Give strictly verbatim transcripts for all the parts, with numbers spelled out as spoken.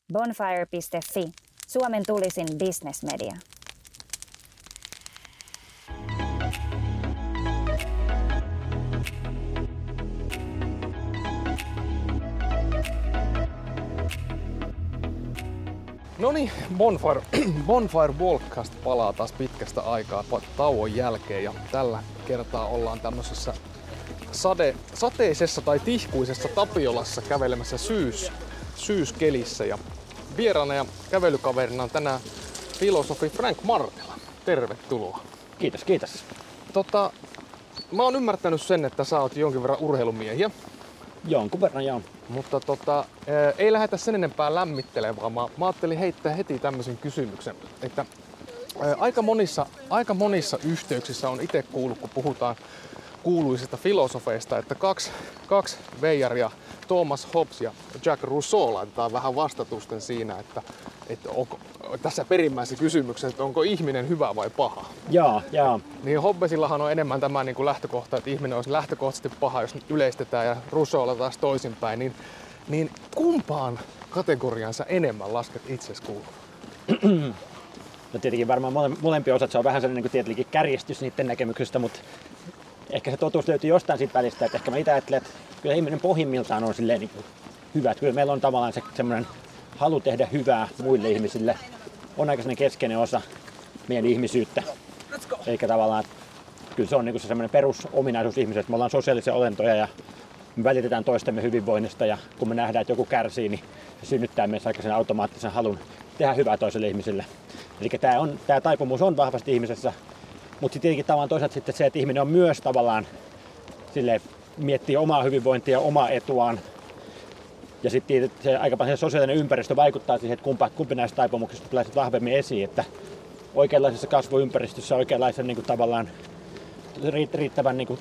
Bonfire piste fi, Suomen tulisin businessmedia. No niin, Bonfire, Bonfire Walkcast palaa taas pitkästä aikaa tauon jälkeen ja tällä kertaa ollaan tämmöisessä sade, sateisessa tai tihkuisessa Tapiolassa kävelemässä syys, syyskelissä ja vieraana ja kävelykaverina on tänään filosofi Frank Martela. Tervetuloa. Kiitos, kiitos. Tota, mä oon ymmärtänyt sen, että sä oot jonkin verran urheilumiehiä. Jonkun verran, joo. Mutta tota, ei lähdetä sen enempää lämmittelemään, vaan mä ajattelin heittää heti tämmöisen kysymyksen, että aika monissa, aika monissa yhteyksissä on itse kuullut, kun puhutaan kuuluisista filosofeista, että kaksi, kaksi veijaria, Thomas Hobbes ja Jack Rousseau, laitetaan vähän vastatusten siinä, että, että onko, tässä perimmäisessä kysymyksessä, että onko ihminen hyvä vai paha. Joo, joo. Niin Hobbesillahan on enemmän tämä niin kuin lähtökohta, että ihminen olisi lähtökohtaisesti paha, jos yleistetään, ja Rousseaulla taas toisinpäin. Niin, niin kumpaan kategoriaan sä enemmän lasket itsesi kuuluvan? No tietenkin varmaan mole, molempia osat, se on vähän sellainen niin tietenkin kärjestys niiden näkemyksestä, mutta ehkä se totuus löytyy jostain siitä välistä, että ehkä mä itse ajattelen, että kyllä ihminen pohjimmiltaan on silleen niin kuin hyvä. Että kyllä meillä on tavallaan se semmoinen halu tehdä hyvää muille ihmisille. On aika sellainen keskeinen osa meidän ihmisyyttä. Eikä tavallaan, kyllä se on niin kuin se semmoinen perusominaisuus ihmiselle, että me ollaan sosiaalisia olentoja ja me välitetään toistemme hyvinvoinnista ja kun me nähdään, että joku kärsii, niin se synnyttää meissä aika sen automaattisen halun tehdä hyvää toiselle ihmiselle. Eli tämä, on, tämä taipumus on vahvasti ihmisessä, mutta sitten tietenkin tavallaan toisaalta sitten se, että ihminen on myös tavallaan silleen, miettii omaa hyvinvointia ja omaa etuaan. Ja sitten se aika paljon sosiaalinen ympäristö vaikuttaa siihen, että kumpa, kumpi näistä taipumuksista tulee sitten vahvemmin esiin. Että oikeanlaisessa kasvuympäristössä oikeanlaisen niin kuin tavallaan riittävän niin kuin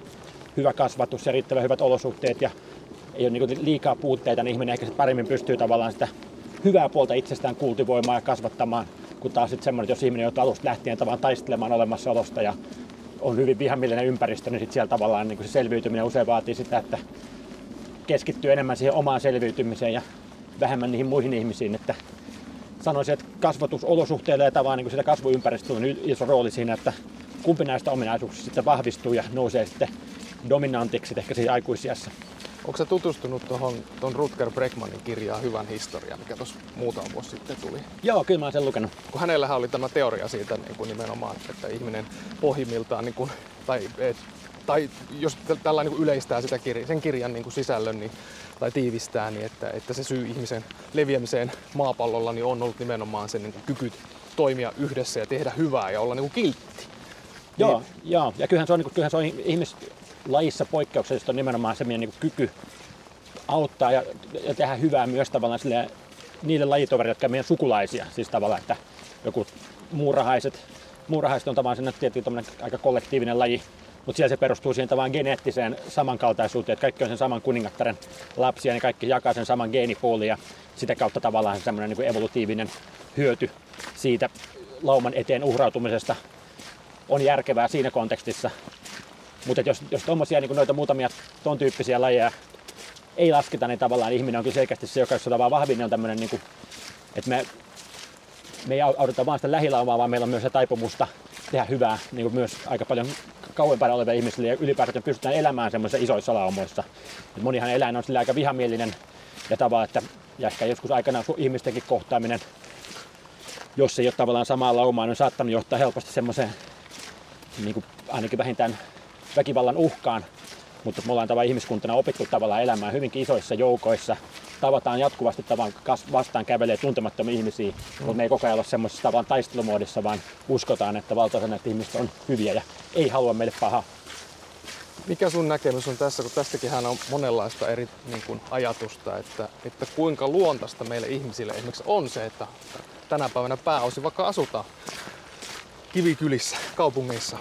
hyvä kasvatus ja riittävän hyvät olosuhteet ja ei ole niin kuin liikaa puutteita, niin ihminen ehkä paremmin pystyy tavallaan sitä hyvää puolta itsestään kultivoimaan ja kasvattamaan, kun taas sitten semmoinen, jos ihminen joutuu alusta lähtien tavallaan taistelemaan olemassaolosta ja on hyvin vihamielinen ympäristö, niin sitten siellä tavallaan niin kuin se selviytyminen usein vaatii sitä, että keskittyy enemmän siihen omaan selviytymiseen ja vähemmän niihin muihin ihmisiin. Että sanoisin, että kasvatusolosuhteilla ja tavallaan niin kuin sitä kasvuympäristöllä on iso rooli siinä, että kumpi näistä ominaisuuksista sitten vahvistuu ja nousee sitten dominantiksi ehkä siinä aikuisiässä. Onko sä tutustunut tuohon ton Rutger Bregmanin kirjaan Hyvän historia, mikä tuossa muutama vuosi sitten tuli? Joo, kyllä mä oon sen lukenut. Kun hänellähän oli tämä teoria siitä niin kuin nimenomaan, että ihminen pohjimmiltaan, niin kuin, tai, et, tai jos tällä niin kuin yleistää sitä kirja, sen kirjan niin kuin sisällön niin, tai tiivistää, niin että, että se syy ihmisen leviämiseen maapallolla niin on ollut nimenomaan sen niin kuin kyky toimia yhdessä ja tehdä hyvää ja olla niin kuin kiltti. Joo, niin. joo, ja kyllähän se on, niin kuin, kyllähän se on ihmis lajissa poikkeuksellisesti on nimenomaan se meidän niin kuin kyky auttaa ja, ja tehdä hyvää myös tavallaan sille, niille lajitoverille, jotka on meidän sukulaisia. Siis tavallaan, että joku muurahaiset, muurahaiset on tavallaan tietenkin aika kollektiivinen laji, mutta siellä se perustuu siihen tavallaan geneettiseen samankaltaisuuteen, että kaikki on sen saman kuningattaren lapsia, niin kaikki jakaa sen saman geenipoolin ja sitä kautta tavallaan se semmoinen niin kuin evolutiivinen hyöty siitä lauman eteen uhrautumisesta on järkevää siinä kontekstissa. Mutta jos, jos tommosia niin noita muutamia ton tyyppisiä lajeja ei lasketa, niin tavallaan ihminen onkin selkeästi se, joka jos on vaan vahvin, niin on tämmöinen, niin kuin, että me, me ei audeta vaan sitä lähilaumaa, vaan meillä on myös se taipumusta tehdä hyvää niin kuin myös aika paljon kauempana oleville ihmisille ja ylipäätään pystytään elämään semmoisissa isoissa laumoissa. Et monihan eläin on sillä aika vihamielinen ja tavallaan, että ja ehkä joskus aikanaan ihmistenkin kohtaaminen, jos ei ole tavallaan samaa laumaa, niin on saattanut johtaa helposti semmoiseen niin kuin ainakin vähintään väkivallan uhkaan, mutta me ollaan tavallaan ihmiskuntana opittu tavallaan elämään hyvinkin isoissa joukoissa. Tavataan jatkuvasti tavan vastaan kävelee tuntemattomia ihmisiä, mm. mutta me ei koko ajan ole semmoisessa tavallaan taistelumuodissa, vaan uskotaan, että valtaosa näistä ihmisistä on hyviä ja ei halua meille pahaa. Mikä sun näkemys on tässä, kun tästäkin on monenlaista eri niin kuin, ajatusta, että, että kuinka luontaista meille ihmisille esimerkiksi on se, että tänä päivänä pääosin vaikka asutaan kivikylissä, kaupungeissa.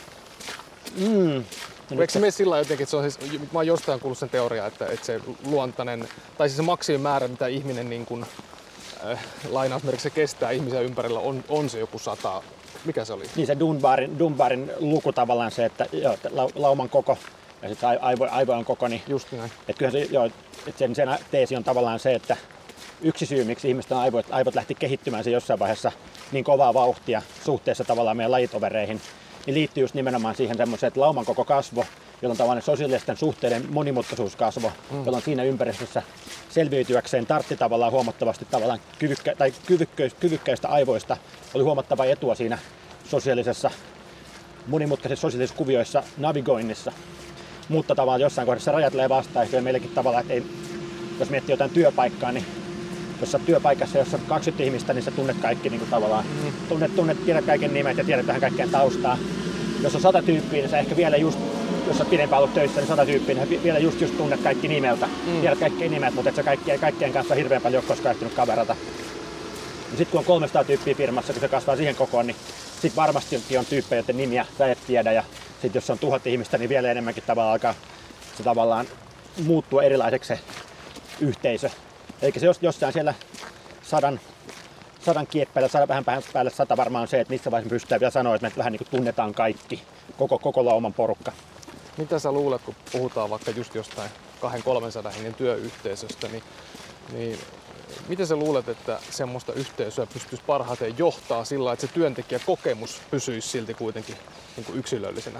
Mm. Eikö se mene sillä jotenkin, että se on siis, mä oon jostain kuullut sen teoriaa, että, että se luontainen, tai siis se maksimimäärä, mitä ihminen niin kuin, äh, lainausmerkissä kestää ihmisiä ympärillä, on, on se joku sata. Mikä se oli? Niin se Dunbarin, Dunbarin luku tavallaan se, että joo, la, lauman koko ja sitten aivo, aivojen koko, niin just näin. Että kyllähän se, joo, että sen, sen teesi on tavallaan se, että yksi syy, miksi ihmisten aivot, aivot lähti kehittymään se jossain vaiheessa niin kovaa vauhtia suhteessa tavallaan meidän lajitovereihin, niin liittyy just nimenomaan siihen semmoiseen, että lauman koko kasvo, jolloin tavallaan sosiaalisten suhteiden monimutkaisuus kasvo, mm. jolloin siinä ympäristössä selviytyäkseen tartti tavallaan huomattavasti tavallaan kyvykkä, tai kyvykkä, kyvykkäistä aivoista oli huomattava etua siinä sosiaalisessa, monimutkaisissa sosiaalisissa kuvioissa navigoinnissa. Mutta tavallaan jossain kohdassa rajat tulee vastaan, ja meillekin tavallaan, että ei, jos miettii jotain työpaikkaa, niin jos olet työpaikassa, jossa on kaksikymmentä ihmistä, niin sä tunnet kaikki niin kuin tavallaan, mm. tunnet, tunnet, tiedät kaiken nimet ja tiedät vähän kaikkeen taustaa. Jos on sata tyyppiä, niin sä ehkä vielä just, jos olet pidempään ollut töissä, niin sata tyyppiä, niin vielä just, just tunnet kaikki nimeltä. Mm. Tiedät kaikkien nimet, mutta et sä kaikkien, kaikkien kanssa hirveän paljon ole koskaan ehtinyt kaverata. Sitten kun on kolmesataa tyyppiä firmassa, kun se kasvaa siihen kokoon, niin sitten varmasti on tyyppejä, joiden nimiä sä et tiedä. Ja sitten jos on tuhat ihmistä, niin vielä enemmänkin tavallaan alkaa se tavallaan muuttua erilaiseksi se yhteisö. Eli se jossain siellä sadan, sadan kieppeillä, sadan vähän päälle sata varmaan on se, että missä vaiheessa pystytään vielä sanoa, että me vähän niin kuin tunnetaan kaikki, koko, koko lauman porukka. Mitä sä luulet, kun puhutaan vaikka just jostain kaksisataa kolmesataa hengen työyhteisöstä, niin, niin miten sä luulet, että semmoista yhteisöä pystyisi parhaiten johtaa sillä, että se työntekijäkokemus pysyisi silti kuitenkin niin kuin yksilöllisenä?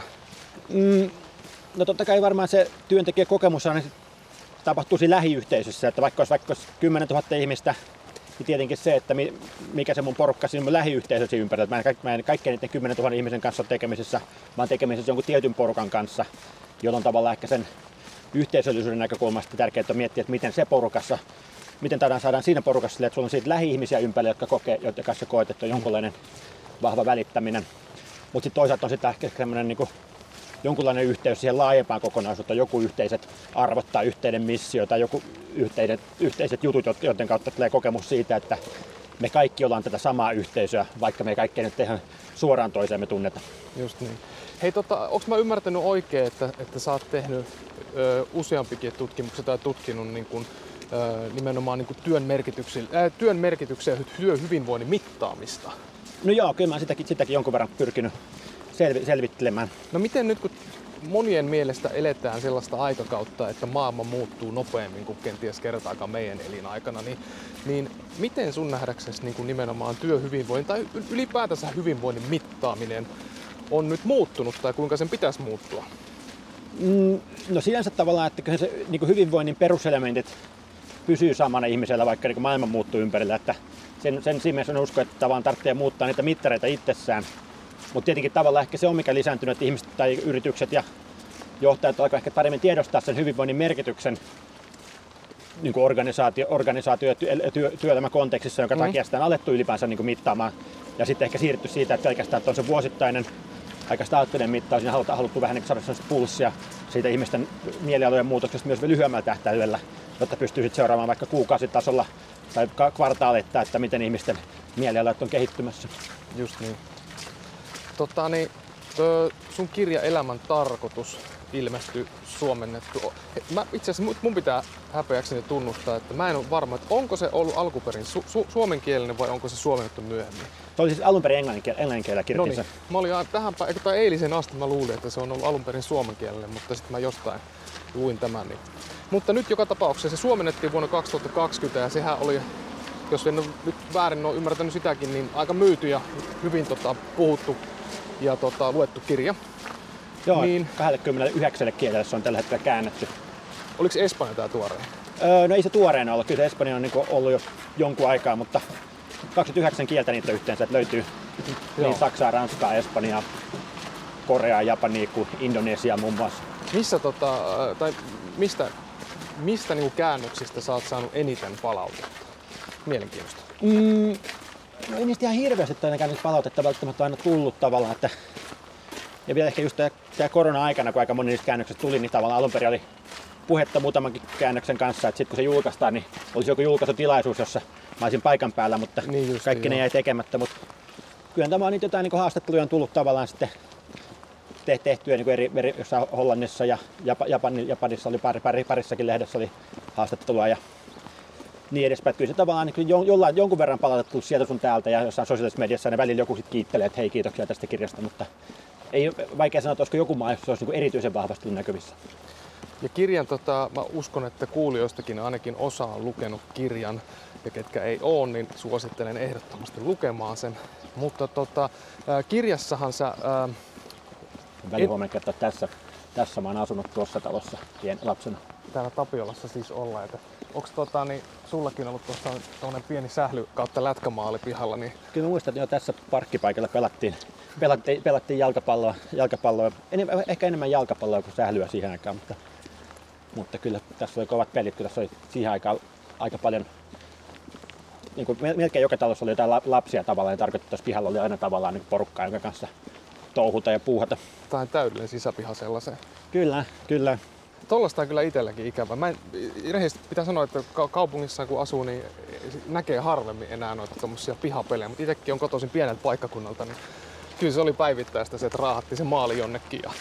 Mm, no totta kai varmaan se työntekijäkokemus on tapahtuisi lähiyhteisössä, että vaikka olisi vaikka kymmenentuhatta ihmistä, niin tietenkin se, että mikä se mun porukka siinä mun lähiyhteisössä ympärillä. Mä en, mä en kaikkien niiden kymmenentuhatta ihmisen kanssa ole tekemisissä, vaan tekemisissä jonkun tietyn porukan kanssa, jolloin tavallaan ehkä sen yhteisöllisyyden näkökulmasta tärkeää on miettiä, että miten se porukassa, miten saadaan siinä porukassa sille, että sulla on siitä lähi-ihmisiä ympärillä, jotka kokee, joiden kanssa koet, että on jonkunlainen vahva välittäminen. Mutta sitten toisaalta on sitten ehkä semmoinen niin kuin jonkunlainen yhteys siihen laajempaan kokonaisuuteen, joku yhteiset arvot tai yhteinen missio tai joku yhteiset, yhteiset jutut, joiden kautta tulee kokemus siitä, että me kaikki ollaan tätä samaa yhteisöä, vaikka me kaikki nyt ihan suoraan toisemme tunneta. Just niin. Hei, tota, onko mä ymmärtänyt oikein, että, että sä oot tehnyt ö, useampikin tutkimuksia tai tutkinut niin kun, ö, nimenomaan niin kun työn, merkityksiä, äh, työn merkityksiä ja työhyvinvoinnin mittaamista? No joo, kyllä mä sitäkin, sitäkin jonkun verran pyrkinyt selvi, selvittelemään. No miten nyt, kun monien mielestä eletään sellaista aikakautta, että maailma muuttuu nopeammin kuin kenties kertaakaan meidän elinaikana, niin, niin miten sun nähdäksesi niin kuin nimenomaan työhyvinvoinnin tai ylipäätänsä hyvinvoinnin mittaaminen on nyt muuttunut tai kuinka sen pitäisi muuttua? Mm, no sinänsä tavallaan, että kyllä se niin kuin hyvinvoinnin peruselementit pysyy samana ihmisellä, vaikka niin kuin maailma muuttuu ympärillä. Että sen, sen siinä on usko, että tavallaan tarvitsee muuttaa niitä mittareita itsessään. Mutta tietenkin tavallaan ehkä se on mikä lisääntynyt, että ihmiset tai yritykset ja johtajat alkaa ehkä paremmin tiedostaa sen hyvinvoinnin merkityksen niin kuin organisaatio, organisaatio- ja työ, työ, työelämän kontekstissa, jonka mm. takia sitä on alettu ylipäänsä niin kuin mittaamaan. Ja sitten ehkä siirrytty siitä, että pelkästään että on se vuosittainen aika staattinen mittaus, niin halutaan haluttu vähän niin saada sellaista pulssia siitä ihmisten mielialojen muutoksesta myös lyhyemmällä tähtäyksellä, jotta pystyy sitten seuraamaan vaikka kuukausitasolla tai kvartaaleittain, että miten ihmisten mielialat on kehittymässä. Just niin. Tota, niin, sun kirja Elämän tarkoitus ilmestyi suomennettu. Mä, itse asiassa mun pitää häpeäkseni tunnustaa, että mä en ole varma, että onko se ollut alkuperin su- su- suomenkielinen vai onko se suomennettu myöhemmin. Se oli siis alun perin englanninkielellä kirjoitin sen. Mä olin tähän tai eilisen asti mä luulin, että se on ollut alun perin suomenkielinen, mutta sitten mä jostain luin tämän. Niin. Mutta nyt joka tapauksessa se suomennettiin vuonna kaksituhattakaksikymmentä ja sehän oli, jos en nyt väärin ole ymmärtänyt sitäkin, niin aika myyty ja hyvin tota, puhuttu ja tota, luettu kirja. Joo, niin, kaksikymmentäyhdeksän kielellä se on tällä hetkellä käännetty. Oliko Espanja tää tuoreen? Öö, no ei se tuoreena ollut, kyllä se Espanja on niinku ollut jo jonkun aikaa, mutta kaksikymmentäyhdeksän kieltä niitä yhteensä, että löytyy Joo. niin Saksaa, Ranskaa, Espanjaa, Koreaa, Japania kuin Indonesiaa muun muassa. Missä tota, tai mistä, mistä niinku käännöksistä sä oot saanut eniten palautetta? Mielenkiintoista. Mm, no ei niistä ihan hirveästi ainakaan nyt palautetta välttämättä aina tullut tavallaan, että ja vielä ehkä just tämä korona-aikana, kun aika moni niistä käännöksistä tuli, niin tavallaan alun perin oli puhetta muutamankin käännöksen kanssa, että sitten kun se julkaistaan, niin olisi joku julkaisutilaisuus, jossa mä olisin paikan päällä, mutta niin just, kaikki ne jäi tekemättä. Mutta kyllä tämä on niitä jotain niin haastatteluja on tullut tavallaan sitten tehtyä niin eri, eri jossain Hollannissa ja Japan, Japanissa oli pari, pari, parissakin lehdessä oli haastattelua ja niin edespäin. Kyllä se tavallaan niin jollain, jonkun verran palautettu sieltä sun täältä ja jossain sosiaalisessa mediassa ne välillä joku sitten kiittelee, että hei, kiitoksia tästä kirjasta, mutta ei vaikea sanoa, että olisiko joku maa, jos se olisi niin erityisen vahvasti näkyvissä. Ja kirjan, tota, mä uskon, että kuulijoistakin ainakin osa on lukenut kirjan. ja ketkä ei oo, niin suosittelen ehdottomasti lukemaan sen. Mutta tota, kirjassahan sä... Ää, Välihuomioon, että tässä, tässä mä oon asunut tuossa talossa pien lapsena. Täällä Tapiolassa siis ollaan. Onko tota, niin, sullakin ollut tuossa tuollainen pieni sähly kautta lätkämaali pihalla? Niin... Kyllä mä muistan, että jo tässä parkkipaikalla pelattiin, pelattiin, pelattiin jalkapalloa, jalkapalloa. En, ehkä enemmän jalkapalloa kuin sählyä siihen aikaan, mutta, mutta kyllä tässä oli kovat pelit, kun tässä oli siihen aikaan aika paljon, niin kuin melkein joka talossa oli jotain lapsia tavallaan, ja tarkoittaa, että pihalla oli aina tavallaan niin porukkaa, jonka kanssa touhuta ja puuhata. Tämä on täydellinen sisäpiha sellaiseen. Kyllä, kyllä. Tollasta on kyllä itselläkin ikävä. Mä en, rehellisesti pitää sanoa, että kaupungissa kun asuu, niin näkee harvemmin enää noita tommosia pihapelejä. Mutta itsekin on kotoisin pieneltä paikkakunnalta, niin kyllä se oli päivittäistä se, että raahatti se maali jonnekin. Ja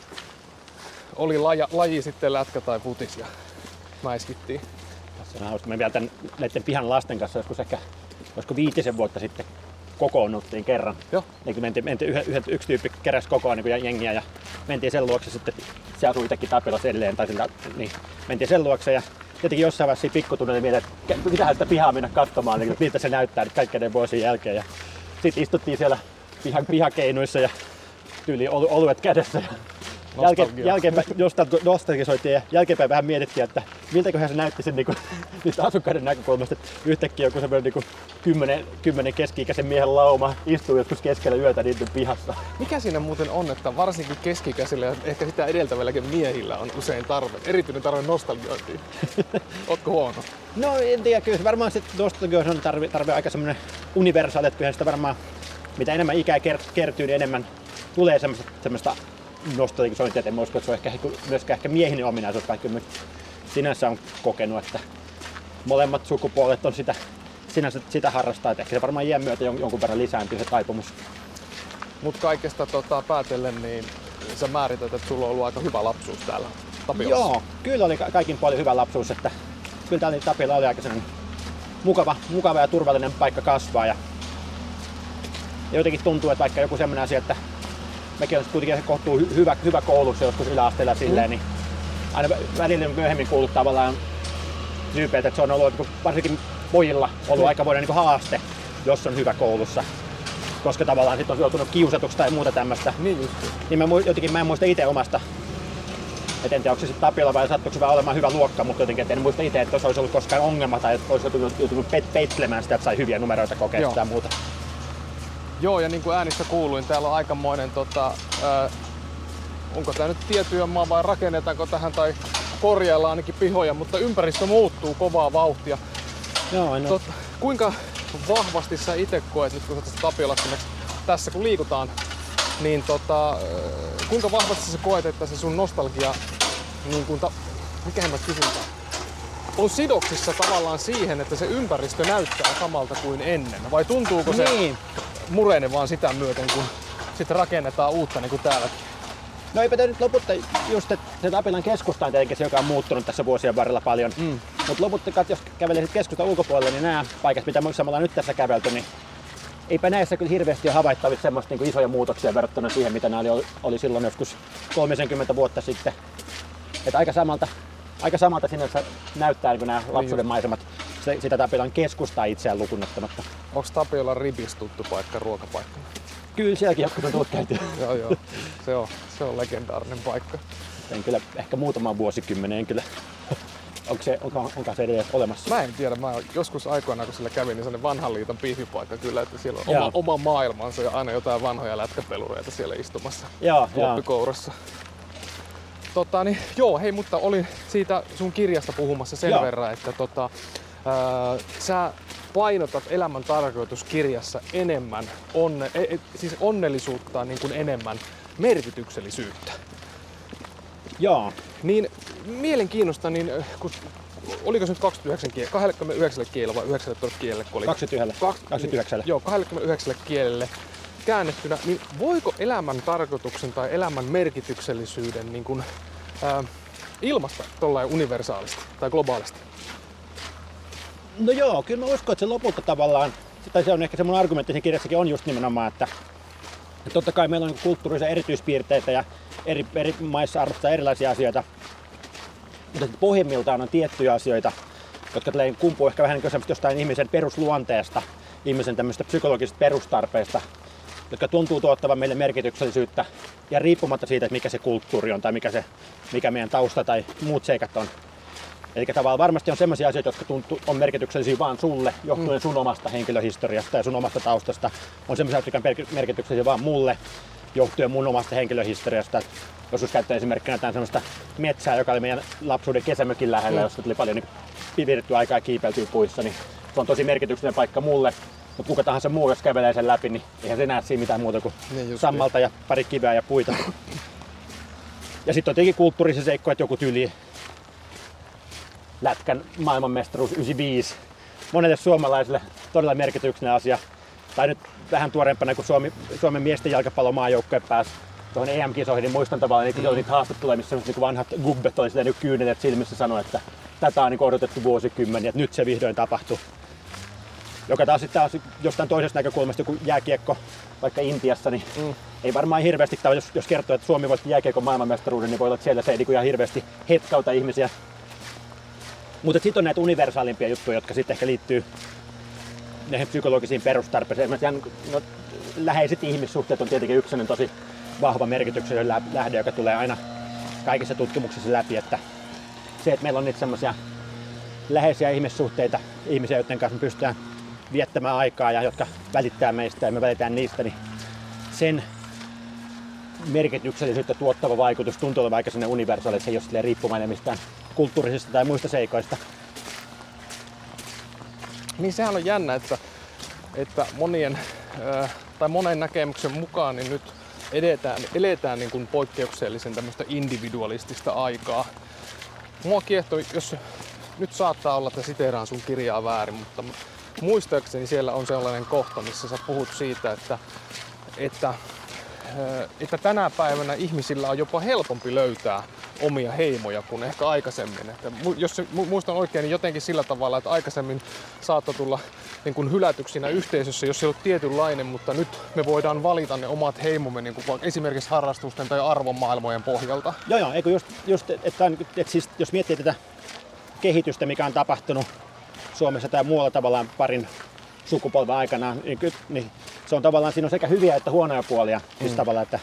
oli laja, laji sitten lätkä tai futis ja mäiskittiin. Tässä on hauska. Me vielä tämän, näiden pihan lasten kanssa joskus ehkä, olisiko viitisen vuotta sitten kokoonnuttiin kerran. Joo. Niin mentiin, mentiin yhden, yhden, yksi tyyppi keräsi kokoon niin jengiä ja mentiin sen luokse sitten, se asui itsekin Tapilassa edelleen, tai sillä, niin mentiin sen luokse ja tietenkin jossain vaiheessa pikkutunnilla mietin, että pitäähän sitä pihaa mennä katsomaan, niin, miltä se näyttää nyt kaikkeiden vuosien jälkeen. Ja sitten istuttiin siellä pihan, pihakeinuissa ja tyyli oluet kädessä. Ja Jälkeen, jälkeenpäin nostalgisoitiin ja jälkeenpäin vähän mietittiin, että miltäköhän se näytti sen niinku, niistä asukkaiden näkökulmasta, että yhtäkkiä joku semmoinen niinku kymmenen, kymmenen keski-ikäisen miehen lauma istuu joskus keskellä yötä niiden pihassa. Mikä siinä muuten on, että varsinkin keski-ikäisillä ja ehkä sitä edeltävälläkin miehillä on usein tarve, erityinen tarve nostalgiointiin? Ootko huono? No en tiedä, kyllä varmaan se nostalgiointi on tarve, tarve aika semmoinen universaali, että kyllähän sitä varmaan mitä enemmän ikää kertyy, niin enemmän tulee semmoista, semmoista nostalgisointia, en usko, että se on ehkä, myöskään ehkä miehinen ominaisuus, vaikka myös sinänsä on kokenut, että molemmat sukupuolet on sitä, sinänsä sitä harrastaa, että ehkä se varmaan iän myötä jonkun verran lisääntyy se taipumus. Mutta kaikesta tota, päätellen, niin sä määrität, että sulla on ollut aika hyvä lapsuus täällä Tapiolassa. Joo, kyllä oli kaikin puolin hyvä lapsuus, että kyllä täällä Tapiola oli aika mukava, mukava ja turvallinen paikka kasvaa ja, ja jotenkin tuntuu, että vaikka joku semmoinen asia, että mekin on kuitenkin kohtuu hyvä, hyvä koulussa joskus yläasteella silleen, niin aina välillä myöhemmin kuullut tavallaan tyypeiltä, että se on ollut varsinkin pojilla ollut aika vuoden niin haaste, jos on hyvä koulussa. Koska tavallaan sit on joutunut kiusatuksi tai muuta tämmöistä. Niin just. Niin mä, jotenkin mä en muista itse omasta, et en tiedä onko se sitten Tapiola vai sattuiko se vaan olemaan hyvä luokka, mutta jotenkin et en muista itse, että se olisi ollut koskaan ongelma tai että olisi joutunut, joutunut peittelemään sitä, että sai hyviä numeroita kokeesta tai muuta. Joo, ja niin kuin äänistä kuuluin, täällä on aikamoinen, tota, ää, onko tämä nyt tietyömaa vai rakennetaanko tähän tai korjaillaan ainakin pihoja, mutta ympäristö muuttuu kovaa vauhtia. Joo, no. Tot, kuinka vahvasti sä itse koet, nyt kun sä tästä Tapiolasta tässä kun liikutaan, niin tota, kuinka vahvasti sä koet, että se sun nostalgia, niin kuin ta, mikähän mä kysyn, on sidoksissa tavallaan siihen, että se ympäristö näyttää samalta kuin ennen? Vai tuntuuko se niin murene vaan sitä myöten, kun sitten rakennetaan uutta niin kuin täälläkin? No eipä nyt loputta just, että se Tapilan keskusta on tietenkin se, joka on muuttunut tässä vuosien varrella paljon. Mm. Mutta loputta, jos kävelee keskustan ulkopuolelle, niin nämä paikat, mitä me ollaan nyt tässä kävelty, niin eipä näissä kyllä hirveästi ole havaittavissa semmoista niin isoja muutoksia verrattuna siihen, mitä nämä oli, oli silloin joskus kolmekymmentä vuotta sitten. Että aika samalta, aika samalta sinänsä näyttää niin nämä lapsuuden maisemat sitä Tapilan keskustaa itseään lukuun ottamatta. Onko Tapiolan ribis tuttu paikka ruokapaikkana? Kyllä sielläkin jotkut on tullut käytyä. Joo, joo. Se on, se on legendaarinen paikka. En kyllä ehkä muutamaan vuosikymmeneen kyllä. Onko se, onko, onko se edelleen olemassa? Mä en tiedä. Mä joskus aikoinaan, kun sillä kävin, niin sellainen vanhan liiton pihvipaikka kyllä, että siellä on oma, oma maailmansa ja aina jotain vanhoja lätkäpelureita siellä istumassa kuoppikourassa. Tota, niin, joo, hei, mutta olin siitä sun kirjasta puhumassa sen joo. verran, että tota, ää, sä painotat elämän tarkoituskirjassa enemmän onne, e, siis onnellisuutta niin kuin enemmän merkityksellisyyttä. Joo. Niin mielenkiinnosta, niin kun, oliko se nyt kaksikymmentäyhdeksän kielellä, kaksikymmentäyhdeksän kielellä vai yhdeksäntoista kielelle? kaksikymmentäyhdeksän. kaksikymmentäyhdeksän. Joo, kaksikymmentäyhdeksän kielelle käännettynä, niin voiko elämän tarkoituksen tai elämän merkityksellisyyden niin kuin, ää, ilmaista tollain universaalisti tai globaalisti? No joo, kyllä mä uskon, että se lopulta tavallaan, tai se on ehkä semmoinen argumentti siinä kirjassakin on just nimenomaan, että, että totta kai meillä on kulttuurisia erityispiirteitä ja eri, eri maissa arvostetaan erilaisia asioita, mutta pohjimmiltaan on tiettyjä asioita, jotka kumpuu ehkä vähän niin jostain ihmisen perusluonteesta, ihmisen tämmöistä psykologisista perustarpeista, jotka tuntuu tuottavan meille merkityksellisyyttä ja riippumatta siitä, että mikä se kulttuuri on tai mikä, se, mikä meidän tausta tai muut seikat on. Eli tavallaan varmasti on sellaisia asioita, jotka tuntuu, on merkityksellisiä vaan sulle, johtuen mm. sun omasta henkilöhistoriasta ja sun omasta taustasta. On sellaisia, jotka on merkityksellisiä vaan mulle, johtuen mun omasta henkilöhistoriasta. Joskus käyttää esimerkkinä tämän sellaista metsää, joka oli meidän lapsuuden kesämökin lähellä, mm. jossa tuli paljon niin vietettyä aikaa ja kiipeiltyä puissa. Niin se on tosi merkityksellinen paikka mulle. Mutta kuka tahansa muu, jos kävelee sen läpi, niin eihän se näe siinä mitään muuta kuin niin sammalta niin. Ja pari kiveä ja puita. Ja sitten on tietenkin kulttuurisia seikkoja, että joku tyyli lätkän maailmanmestaruus yhdeksänkymmentäviisi. Monelle suomalaiselle todella merkityksellinen asia. Tai nyt vähän tuoreempana, kun Suomi, Suomen miesten jalkapallomaajoukkojen pääsi tuohon E M-kisoihin, niin muistan tavallaan, että oli niitä haastatteluja, missä niin vanhat gubbet oli sitä kyynelet silmissä sanoa, että tätä on niin odotettu vuosikymmeniä, että nyt se vihdoin tapahtui. Joka taas sitten taas jostain toisesta näkökulmasta, joku jääkiekko vaikka Intiassa, niin mm. ei varmaan hirveästi, tai jos, jos kertoo, että Suomi voitti jääkiekon maailmanmestaruuden, niin voi olla, että siellä se ei niin ihan hirveästi hetkauta ihmisiä. Mutta sitten on näitä universaalimpia juttuja, jotka sitten ehkä liittyy näihin psykologisiin perustarpeisiin. No, läheiset ihmissuhteet on tietenkin yksi tosi vahva merkityksellinen lähde, joka tulee aina kaikissa tutkimuksissa läpi, että se, että meillä on niitä semmoisia läheisiä ihmissuhteita, ihmisiä, joiden kanssa me pystytään viettämään aikaa ja jotka välittää meistä ja me välitään niistä, niin sen merkityksellisyyttä tuottava vaikutus tuntuu olevan aika sellainen universaali, että se ei ole riippumainen mistään kulttuurisista tai muista seikoista. Niin sehän on jännä, että, että monien, äh, tai monen näkemyksen mukaan niin nyt edetään, eletään niin kuin poikkeuksellisen tämmöistä individualistista aikaa. Mua kiehtoi, jos nyt saattaa olla, että siteeraan sun kirjaa väärin, mutta muistaakseni siellä on sellainen kohta, missä sä puhut siitä, että, että, että tänä päivänä ihmisillä on jopa helpompi löytää omia heimoja kuin ehkä aikaisemmin. Että jos muistan oikein, niin jotenkin sillä tavalla, että aikaisemmin saattoi tulla niin kuin hylätyksi siinä yhteisössä, jos se on tietynlainen, mutta nyt me voidaan valita ne omat heimomme niin kuin esimerkiksi harrastusten tai arvomaailmojen pohjalta. Joo, joo, eikö just, just että, että siis, jos miettii tätä kehitystä, mikä on tapahtunut Suomessa tai muualla tavallaan parin sukupolven aikana, niin, niin se on tavallaan, siinä on sekä hyviä että huonoja puolia. Mm. Siis tavallaan, että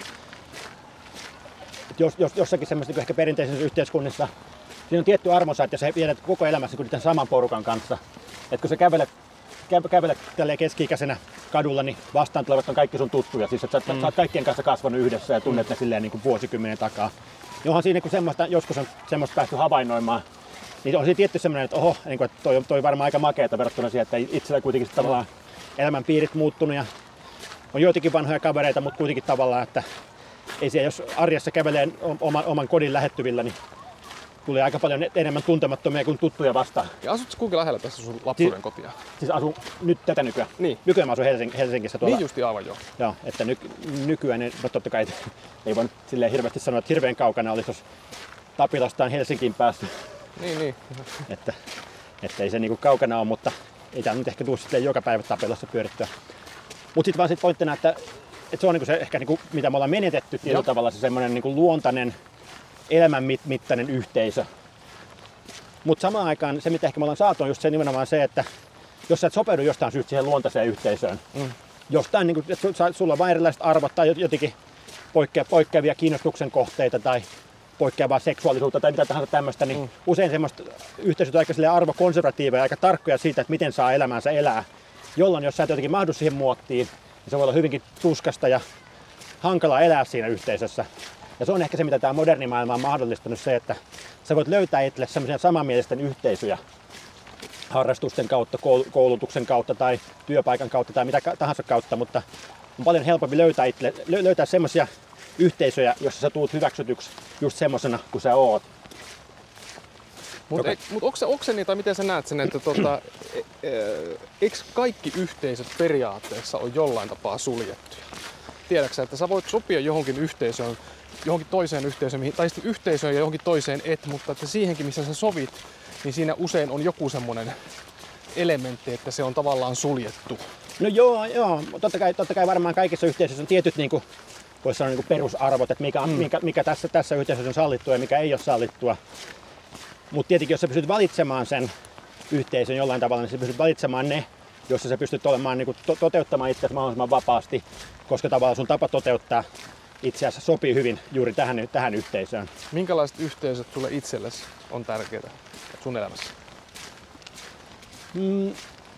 jos, jos, jossakin semmoisessa ehkä perinteisessä yhteiskunnissa siinä on tietty armonsa, että sä viedät koko elämässä kuin tämän saman porukan kanssa. Että kun sä kävelet, kä, kävelet tälleen keski-ikäisenä kadulla, niin vastaan tulevat on kaikki sun tuttuja. Siis että sä, mm. sä oot kaikkien kanssa kasvanut yhdessä ja tunnet mm. ne silleen niin kuin vuosikymmenen takaa. Johon siinä kun semmoista, joskus on semmoista päästy havainnoimaan, niin on siinä tietty semmoinen, että oho, niin kuin, että toi on toi varmaan aika makeata verrattuna siihen, että itsellä kuitenkin tavallaan elämän piirit muuttunut ja on joitakin vanhoja kavereita, mutta kuitenkin tavallaan, että ei siellä, jos arjessa kävelee oman, oman kodin lähettyvillä, niin tulee aika paljon enemmän tuntemattomia kuin tuttuja vastaan. Ja asutko kuinka lähellä tässä sun lapsuuden kotia? Siis asun nyt tätä nykyään. Niin. Nykyään mä asun Helsing- Helsingissä tuolla. Niin justi aivan joo. Joo, että ny- nykyään, no totta kai ei voi silleen hirveästi sanoa, että hirveän kaukana olisi, jos Tapilastaan Helsinkiin päästy. Niin, niin. Että, että ei se niinku kaukana ole, mutta ei tää nyt ehkä tule sitten joka päivä Tapilassa pyörittyä. Mut sit vaan sit pointtina, että, että se on niinku se ehkä niinku, mitä me ollaan menetetty tietyllä tavalla, se semmoinen niinku luontainen elämänmittainen yhteisö. Mutta samaan aikaan se, mitä ehkä me ollaan saatu, on just se nimenomaan se, että jos sä et sopeudu jostain syystä siihen luontaiseen yhteisöön, mm. jostain, niin että sulla on vain erilaiset arvot tai jotenkin poikkea, poikkeavia kiinnostuksen kohteita tai poikkeavaa seksuaalisuutta tai mitä tahansa tämmöistä, niin mm. usein semmoista yhteisöt on aika arvokonservatiiveja ja aika tarkkoja siitä, että miten saa elämäänsä elää. Jolloin jos sä et jotenkin mahdu siihen muottiin, niin se voi olla hyvinkin tuskasta ja hankalaa elää siinä yhteisössä. Ja se on ehkä se, mitä tämä moderni maailma on mahdollistanut, se, että sä voit löytää itselle sellaisia samanmielisten yhteisöjä harrastusten kautta, koulutuksen kautta tai työpaikan kautta tai mitä tahansa kautta, mutta on paljon helpompi löytää, itselle, löytää sellaisia yhteisöjä, jossa sä tuut hyväksytyksi just semmosena kuin sä oot. Mutta mut onko se, onko se niin, tai miten sä näet sen, että tota, e, e, eikö kaikki yhteisöt periaatteessa on jollain tapaa suljettuja? Tiedätkö, että sä voit sopia johonkin yhteisöön, johonkin toiseen yhteisöön, tai sitten yhteisöön ja johonkin toiseen et, mutta että siihenkin, missä sä sovit, niin siinä usein on joku semmoinen elementti, että se on tavallaan suljettu. No joo, joo. Totta kai, totta kai varmaan kaikissa yhteisöissä on tietyt niin kuin, voisi sanoa, niin kuin perusarvot, että mikä, mm. mikä, mikä tässä, tässä yhteisössä on sallittua ja mikä ei ole sallittua. Mutta tietenkin, jos sä pystyt valitsemaan sen yhteisön jollain tavalla, niin sä pystyt valitsemaan ne, jossa sä pystyt olemaan, niin kuin, to- toteuttamaan itseäsi mahdollisimman vapaasti, koska tavallaan sun tapa toteuttaa itseäsi sopii hyvin juuri tähän, tähän yhteisöön. Minkälaiset yhteisöt sulle itsellesi on tärkeitä sun elämässä? Mm.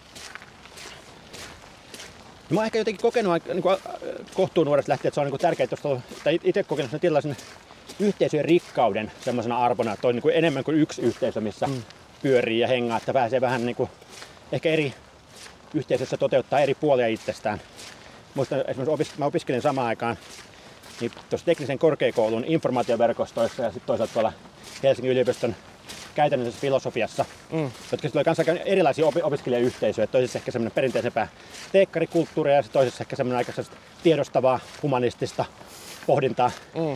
Mä oon ehkä jotenkin kokenut niin kuin kohtuun nuoresta lähtien, että se on niin tärkeää, tai itse kokenut sen tällaisen yhteisöjen rikkauden semmoisena arvona, että on niin kuin enemmän kuin yksi yhteisö, missä mm. pyörii ja hengaa, että pääsee vähän niin kuin, ehkä eri yhteisössä toteuttaa eri puolia itsestään. Muistan, esimerkiksi mä opiskelin samaan aikaan niin tuossa teknisen korkeakoulun informaatioverkostoissa ja sitten toisaalta tuolla Helsingin yliopiston käytännöllisessä filosofiassa, mm. jotka oli kanssa erilaisia op- opiskelijayhteisöjä. Toisessa ehkä semmoinen perinteisempää teekkarikulttuuria ja toisessa ehkä semmoinen aika tiedostavaa, humanistista pohdintaa. Mm.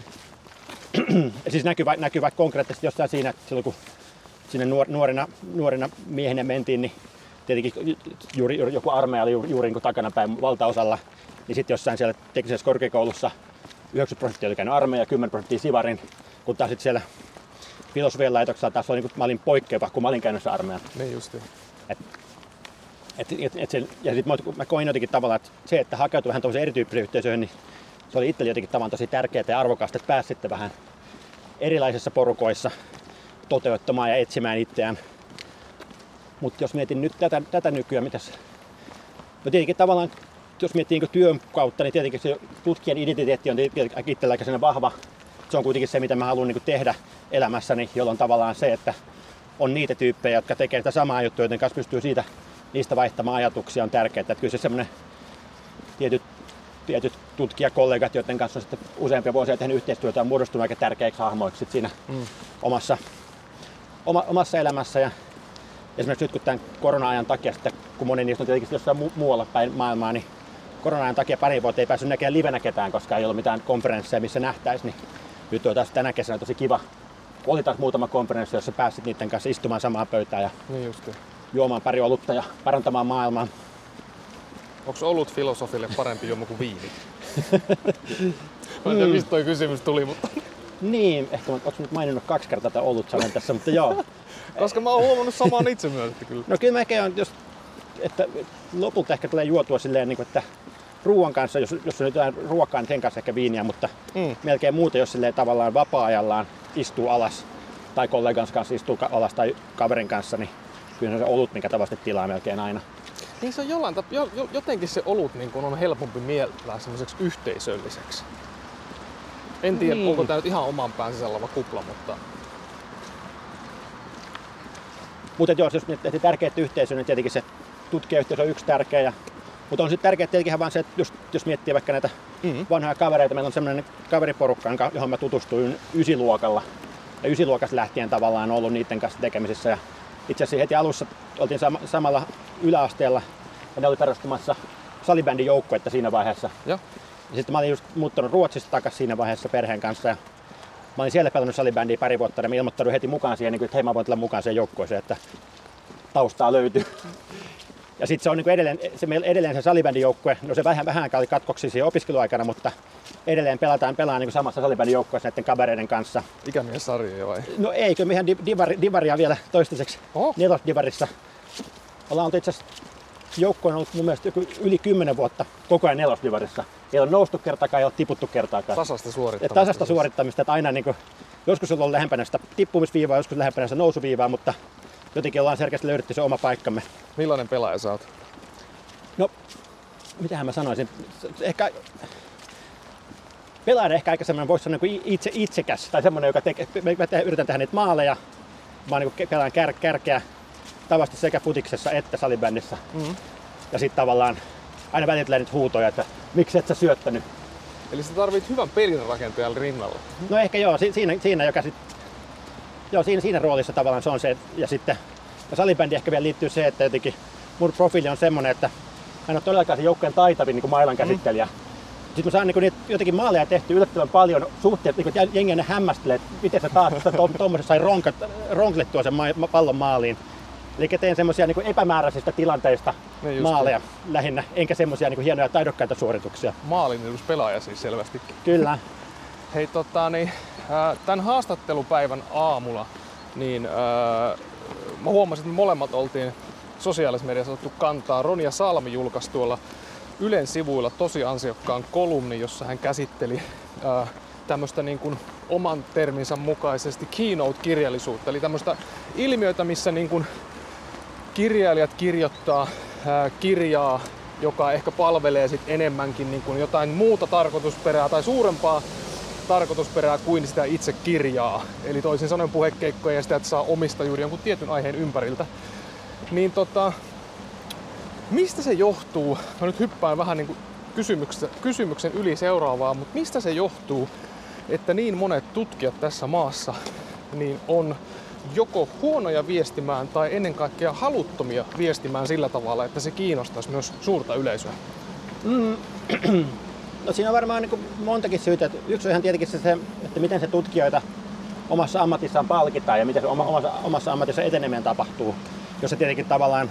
Ja siis näkyy, näkyy vaikka konkreettisesti jossain siinä, että silloin kun sinne nuorena, nuorena miehenä mentiin, niin tietenkin juuri, juuri joku armeija oli juuri, juuri niin kuin takanapäin valtaosalla, niin sitten jossain siellä teknisessä korkeakoulussa yhdeksänkymmentä prosenttia oli käynyt armeija ja kymmenen prosenttia sivarin, kun taas sitten siellä filosofian laitoksella taas oli, niin kuin, mä olin poikkeava, kun mä olin käynyt armeijan. Niin justiin. Et, et, et, et se, ja sitten mä, mä koin jotenkin tavallaan, että se, että hakeutui vähän tuollaiseen erityyppiseen yhteisöön, niin se oli itselle jotenkin tavallaan tosi tärkeää ja arvokasta, että pääsi sitten vähän erilaisissa porukoissa toteuttamaan ja etsimään itseään. Mutta jos mietin nyt tätä, tätä nykyään, mitäs... No tietenkin tavallaan, jos miettii niin työn kautta, niin tietenkin se tutkijan identiteetti on itsellä aika sellainen vahva. Se on kuitenkin se, mitä mä haluan niin tehdä elämässäni, jolloin tavallaan se, että on niitä tyyppejä, jotka tekee sitä samaa juttua, joten kanssa pystyy siitä, niistä vaihtamaan ajatuksia, on tärkeää. Että kyllä se semmoinen tietyt, tietyt tutkijakollegat, joiden kanssa on sitten useampia vuosia tehnyt yhteistyötä, on muodostunut aika tärkeiksi hahmoiksi siinä mm. omassa, oma, omassa elämässä. Ja esimerkiksi nyt kun tämän korona-ajan takia, sitten, kun moni niistä on tietenkin jossain mu- muualla päin maailmaa, niin korona-ajan takia pari vuotta ei päässyt näkemään livenä ketään, koska ei ollut mitään konferensseja, missä nähtäisi. Niin nyt on taas tänä kesänä tosi kiva. Oli taas muutama konferenssi, jossa pääsit niiden kanssa istumaan samaan pöytään ja niin justiin. Juomaan pari olutta ja parantamaan maailmaa. Onko olut filosofille parempi juoma kuin viini? Mä en tiedä, mistä toi kysymys tuli, mutta... Niin, ehkä onko nyt maininnut kaksi kertaa tätä olut-sanan tässä, mutta joo. Koska mä oon huomannut samaan itse myös, että kyllä. No kyllä mäkin on, jos, että lopulta ehkä tulee juotua silleen, että ruoan kanssa, jos, jos on jotain ruokaa, niin sen kanssa ehkä viiniä, mutta mm. melkein muuta, jos silleen tavallaan vapaa-ajallaan istuu alas tai kollegan kanssa istuu alas tai kaverin kanssa, niin kyllä se olut, mikä tavallisesti tilaa melkein aina. Niin se on jollain tap- jo, jo, jotenkin se olut niin kun on helpompi mieltää semmoiseksi yhteisölliseksi. En tiedä, niin. Onko tää nyt ihan oman pään sisällä oleva kupla, mutta... Mutta jos, jos miettii tärkeää yhteisöä, niin tietenkin se tutkijayhteisö on yksi tärkeä. Ja, mutta on sitten tärkeää tietenkin vaan se, että jos, jos miettii vaikka näitä mm-hmm. vanhoja kavereita, meillä on semmoinen kaveriporukka, johon mä tutustuin ysiluokalla. Ja ysiluokasta lähtien tavallaan on ollut niiden kanssa tekemisissä. Ja itse asiassa heti alussa oltiin sam- samalla yläasteella ja ne oli perustamassa salibändin joukkuetta siinä vaiheessa. Ja. Ja sitten mä olin just muuttanut Ruotsista takaisin siinä vaiheessa perheen kanssa. Ja mä olin siellä pelannut salibändiä pari vuotta ja mä ilmoittanut heti mukaan siihen, että hei mä voin tulla mukaan siihen joukkueeseen, että taustaa löytyy. Ja sitten se on niin kuin edelleen, se, edelleen se salibändin joukkue, no se vähän, vähän oli katkoksi siihen opiskeluaikana, mutta edelleen pelataan pelaa niin kuin samassa salibändin joukkueessa näiden kavereiden kanssa. Ikämiessarjoja vai? No ei, kyllä mehän divari, divaria vielä toistaiseksi oh. nelosdivarissa. Ollaan oltu itse asiassa joukkue on ollut mun mielestä yli kymmenen vuotta koko ajan nelosdivarissa. Ei ole noustu kertaakaan, ei ole tiputtu kertaakaan. Tasasta suorittamista. Et tasasta suorittamista, että aina niin kuin, joskus on ollut lähempänä sitä tippumisviivaa, joskus lähempänä sitä nousuviivaa, mutta jotenkin ollaan selkeästi löydetty se oma paikkamme. Millainen pelaaja sä oot? No, mitähän mä sanoisin? Ehkä pelaaja ehkä aika semmoinen, voisi sanoa niin itse, itsekäs tai semmoinen, joka tekee, mä te, yritän tehdä niitä maaleja. Mä niin pelaan kär, kärkeä tavasti sekä futiksessa että salibändissä. Mm-hmm. Ja sitten tavallaan aina välillä tulee niitä huutoja, että miksi et sä syöttänyt. Eli sä tarvit hyvän pelinrakentajan rinnalla. No ehkä joo, siinä, siinä joka sit, joo, siinä, siinä roolissa tavallaan se on se. Ja sitten ja salibändi ehkä vielä liittyy se, että jotenkin mun profiili on semmoinen, että mä en ole todellakaan se joukkueen taitavin niin mailan käsittelijä. Mm. Sitten mä saan niin niitä jotenkin maaleja tehty yllättävän paljon suhteet, niin jengi aina hämmästelee, että miten sä taas tuommoisessa sai ronkat, ronklettua sen ma- pallon maaliin. Eli teen semmoisia niin epämääräisistä tilanteista niin maaleja niin. lähinnä, enkä semmoisia niin hienoja taidokkaita suorituksia. Maalin pelaaja siis selvästikin. Kyllä. Hei, tota, niin, tämän haastattelupäivän aamulla niin, äh, mä huomasin, että me molemmat oltiin sosiaalisessa mediassa otettu kantaa. Ronja Salmi julkaisi tuolla Ylen sivuilla tosi ansiokkaan kolumnin, jossa hän käsitteli ää, tämmöistä niin kuin oman terminsä mukaisesti keynote-kirjallisuutta, eli tämmöistä ilmiötä, missä niin kuin kirjailijat kirjoittaa ää, kirjaa, joka ehkä palvelee sit enemmänkin niin kuin jotain muuta tarkoitusperää tai suurempaa tarkoitusperää kuin sitä itse kirjaa. Eli toisin sanoen puhekeikkoja ja sitä, että saa omistajuuden jonkun tietyn aiheen ympäriltä. Niin tota, mistä se johtuu? Mä nyt hyppään vähän niin kuin kysymyksen, kysymyksen yli seuraavaa, mutta mistä se johtuu, että niin monet tutkijat tässä maassa niin on joko huonoja viestimään tai ennen kaikkea haluttomia viestimään sillä tavalla, että se kiinnostaisi myös suurta yleisöä? Mm. No siinä on varmaan niin kuin montakin syytä. Yksi on ihan tietenkin se, että miten se tutkijoita omassa ammatissaan palkitaan ja miten se oma, omassa, omassa ammatissa eteneminen tapahtuu. Jos se tietenkin tavallaan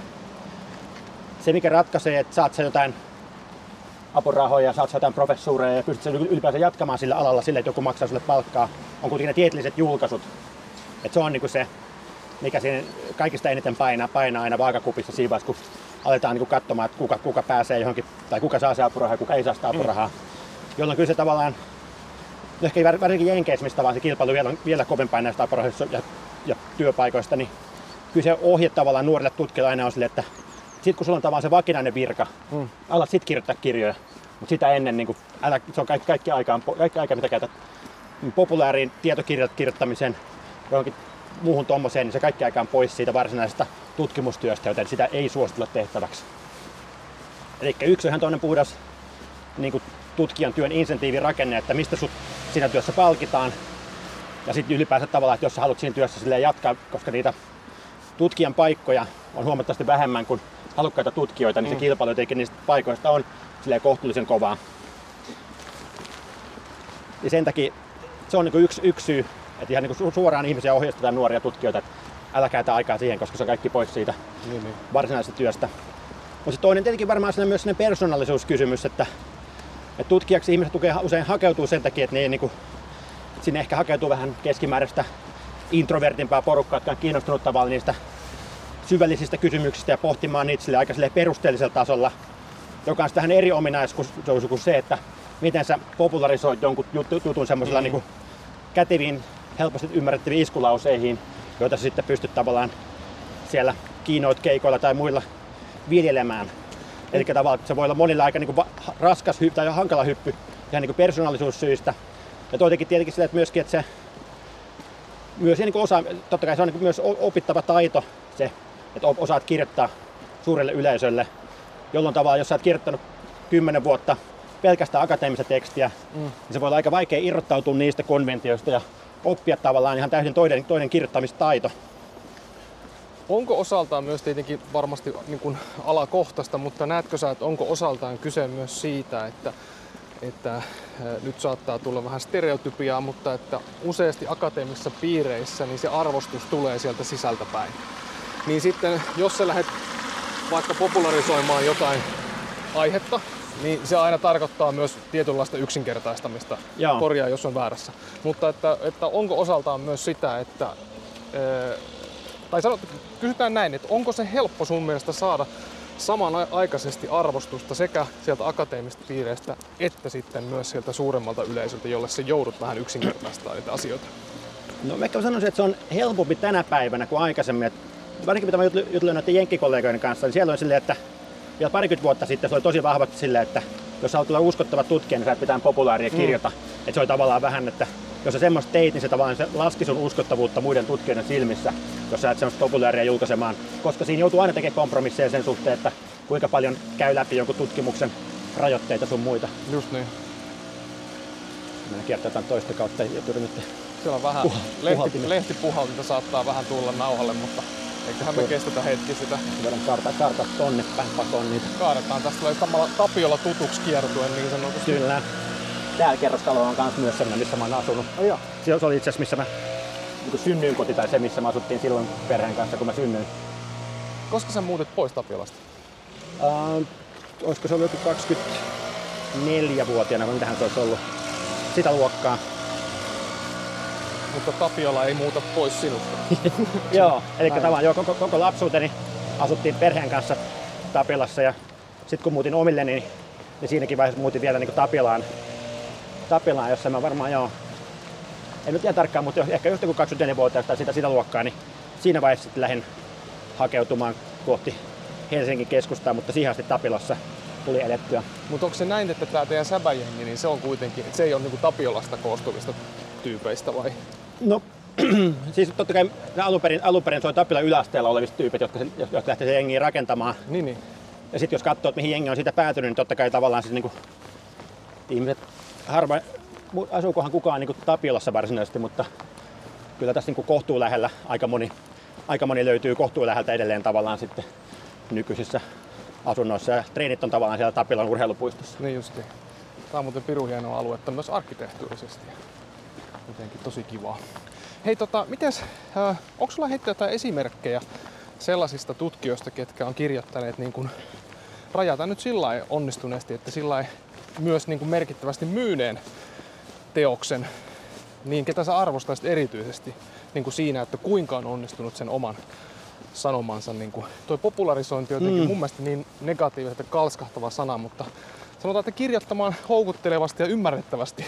se, mikä ratkaisee, että saat sä jotain apurahoja, saat sä jotain professuureja ja pystyt ylipäänsä jatkamaan sillä alalla sille, että joku maksaa sulle palkkaa, on kuitenkin ne tieteelliset julkaisut. Et se on niinku se, mikä siinä kaikista eniten painaa, painaa aina vaakakupissa siinä vaiheessa, kun aletaan niinku katsomaan, että kuka, kuka pääsee johonkin, tai kuka saa se apurahaa ja kuka ei saa sitä apurahaa. Mm. Jolloin kyllä se tavallaan, ehkä varsinkin Jenkeissä, mistä vaan se kilpailu vielä, vielä kovempaa näistä apurahoista ja, ja työpaikoista, niin kyllä se ohje tavallaan nuorille tutkijoille aina on silleen, että sit kun sulla on tavallaan se vakinainen virka, mm. alat sit kirjoittaa kirjoja, mutta sitä ennen niin kuin, älä, se on kaikki, kaikki, aikaan, kaikki aika, mitä käytät populaariin tietokirjoittamiseen, johonkin muuhun tommoseen, niin se kaikki aika on pois siitä varsinaisesta tutkimustyöstä, joten sitä ei suositella tehtäväksi. Eli yksi on ihan toinen puhdas niin kuin tutkijan työn insentiivirakenne, että mistä sut siinä työssä palkitaan. Ja sitten ylipäänsä tavallaan, että jos sä haluat siinä työssä silleen jatkaa, koska niitä tutkijan paikkoja on huomattavasti vähemmän kuin halukkaita tutkijoita, niin se mm. kilpailu jotenkin niistä paikoista on silleen kohtuullisen kovaa. Ja sen takia se on niin kuin yksi, yksi syy, että ihan niin kuin suoraan ihmisiä ohjeistetaan nuoria tutkijoita, että älä käytä aikaa siihen, koska se on kaikki pois siitä niin, niin. varsinaisesta työstä. Mutta toinen tietenkin varmaan myös sellainen persoonallisuuskysymys, että, että tutkijaksi ihmiset usein hakeutuu sen takia, että ne niin kuin, sinne ehkä hakeutuu vähän keskimääräistä introvertimpaa porukkaa, jotka on kiinnostunut tavallaan niistä syvällisistä kysymyksistä ja pohtimaan niitä sille aika perusteellisella tasolla, joka on vähän eri ominaisuus kuin se, että miten sä popularisoit jonkun jutun semmoisella mm. niin kuin käteviin, helposti ymmärrettäviin iskulauseihin, joita sä sitten pystyt tavallaan siellä keynote-keikoilla tai muilla viljelemään. Mm. Eli tavallaan se voi olla monilla aika niin kuin raskas hyppy tai hankala hyppy ihan niin kuin persoonallisuussyistä. Ja toitenkin tietenkin sillä, että myöskin, että se myös niin kuin osa, totta kai se on niin kuin myös opittava taito se, että osaat kirjoittaa suurelle yleisölle, jolloin tavallaan, jos sä oot kirjoittanut kymmenen vuotta pelkästään akateemista tekstiä, mm. niin se voi olla aika vaikea irrottautua niistä konventioista ja oppia tavallaan ihan täysin toinen, toinen kirjoittamistaito. Onko osaltaan myös tietenkin varmasti niin kuin alakohtaista, mutta näetkö sä, että onko osaltaan kyse myös siitä, että, että nyt saattaa tulla vähän stereotypiaa, mutta että useasti akateemisissa piireissä niin se arvostus tulee sieltä sisältä päin. Niin sitten, jos sä lähdet vaikka popularisoimaan jotain aihetta, niin se aina tarkoittaa myös tietynlaista yksinkertaistamista. Joo. Korjaa, jos on väärässä. Mutta että, että onko osaltaan myös sitä, että tai sanot, kysytään näin, että onko se helppo sun mielestä saada samanaikaisesti arvostusta sekä sieltä akateemisista piireistä että sitten myös sieltä suuremmalta yleisöltä, jolle se joudut vähän yksinkertaistamaan niitä asioita? No ehkä mä sanoisin, että se on helpompi tänä päivänä kuin aikaisemmin. Että varsinkin mitä mä jutelin noiden jenkkikollegoiden kanssa, niin siellä on silleen, että vielä parikymmentä vuotta sitten se oli tosi vahvasti silleen, että jos haluat olla uskottava tutkija, niin sä et pitää populaaria kirjata. Mm. Että se oli tavallaan vähän, että jos sä semmoista teit, niin se tavallaan se laski sun uskottavuutta muiden tutkijoiden silmissä, jos sä et semmoista populaaria julkaisemaan. Koska siinä joutuu aina tekemään kompromisseja sen suhteen, että kuinka paljon käy läpi jonkun tutkimuksen rajoitteita sun muita. Just niin. Mennään kiertämään toista kautta ja nyt. Siellä on vähän lehti, lehtipuhaltinta saattaa vähän tulla nauhalle, mutta eiköhän me kestetä hetki sitä. Voidaan kaartaa, kaartaa tonne päin pakoon niitä. Kaadetaan. Tästä tulee samalla Tapiola tutuksi kiertuen niin sanotusti. Kyllä. Täällä kerrostalo on kans myös sellainen, missä mä oon asunut. Oh, joo. Se oli itse asiassa, missä mä niin synnyinkoti tai se, missä mä asuttiin silloin perheen kanssa, kun mä synnyin. Koska sä muutit pois Tapiolasta? Uh, olisiko se ollut joku kaksikymmentäneljä-vuotiaana, vai mitähän se olisi ollut? Sitä luokkaa. mutta Tapiola ei muuta pois sinusta. Joo, eli tavallaan jo koko, koko lapsuuteni asuttiin perheen kanssa Tapiolassa ja sitten kun muutin omilleni, niin, niin siinäkin vaiheessa muutin vielä niin Tapiolaan, Tapiolaan, jossa mä varmaan joo, en nyt tiedä tarkkaan, mutta ehkä just joku kaksikymmentäneljä-vuotias tai sitä, sitä luokkaa, niin siinä vaiheessa sitten lähdin hakeutumaan kohti Helsingin keskustaa, mutta siihen asti Tapiolassa tuli elettyä. Mutta onko se näin, että tämä teidän säbäjengi, niin se on kuitenkin, että se ei ole niinku Tapiolasta koostuvista tyypeistä vai? No siis totta kai alunperin, alunperin se oli Tapiolan yläasteella olevista tyypit, jotka, jotka lähti sen jengiä rakentamaan. Niin, niin. Ja sitten jos katsoo, että mihin jengi on siitä päätynyt, niin totta kai tavallaan siis niinku, ihmiset harva, asuukohan kukaan niinku Tapiolassa varsinaisesti, mutta kyllä tässä niinku kohtuu lähellä aika moni, aika moni löytyy kohtuu läheltä edelleen tavallaan sitten nykyisissä asunnoissa. Ja treenit on tavallaan siellä Tapiolan urheilupuistossa. Niin justiin. Tämä on muuten pirun hienoa aluetta myös arkkitehtuurisesti. Jotenkin tosi kivaa. Hei, tota, mites, äh, onko sulla heittää jotain esimerkkejä sellaisista tutkijoista, ketkä on kirjoittaneet niin kun, rajata nyt sillä lailla onnistuneesti, että sillä lailla myös niin kun merkittävästi myyneen teoksen, niin ketä sä arvostaisit erityisesti niin kun siinä, että kuinka on onnistunut sen oman sanomansa. Niin kun, toi popularisointi on jotenkin mm. mun mielestä niin negatiivisesti kalskahtava sana, mutta sanotaan, että kirjoittamaan houkuttelevasti ja ymmärrettävästi.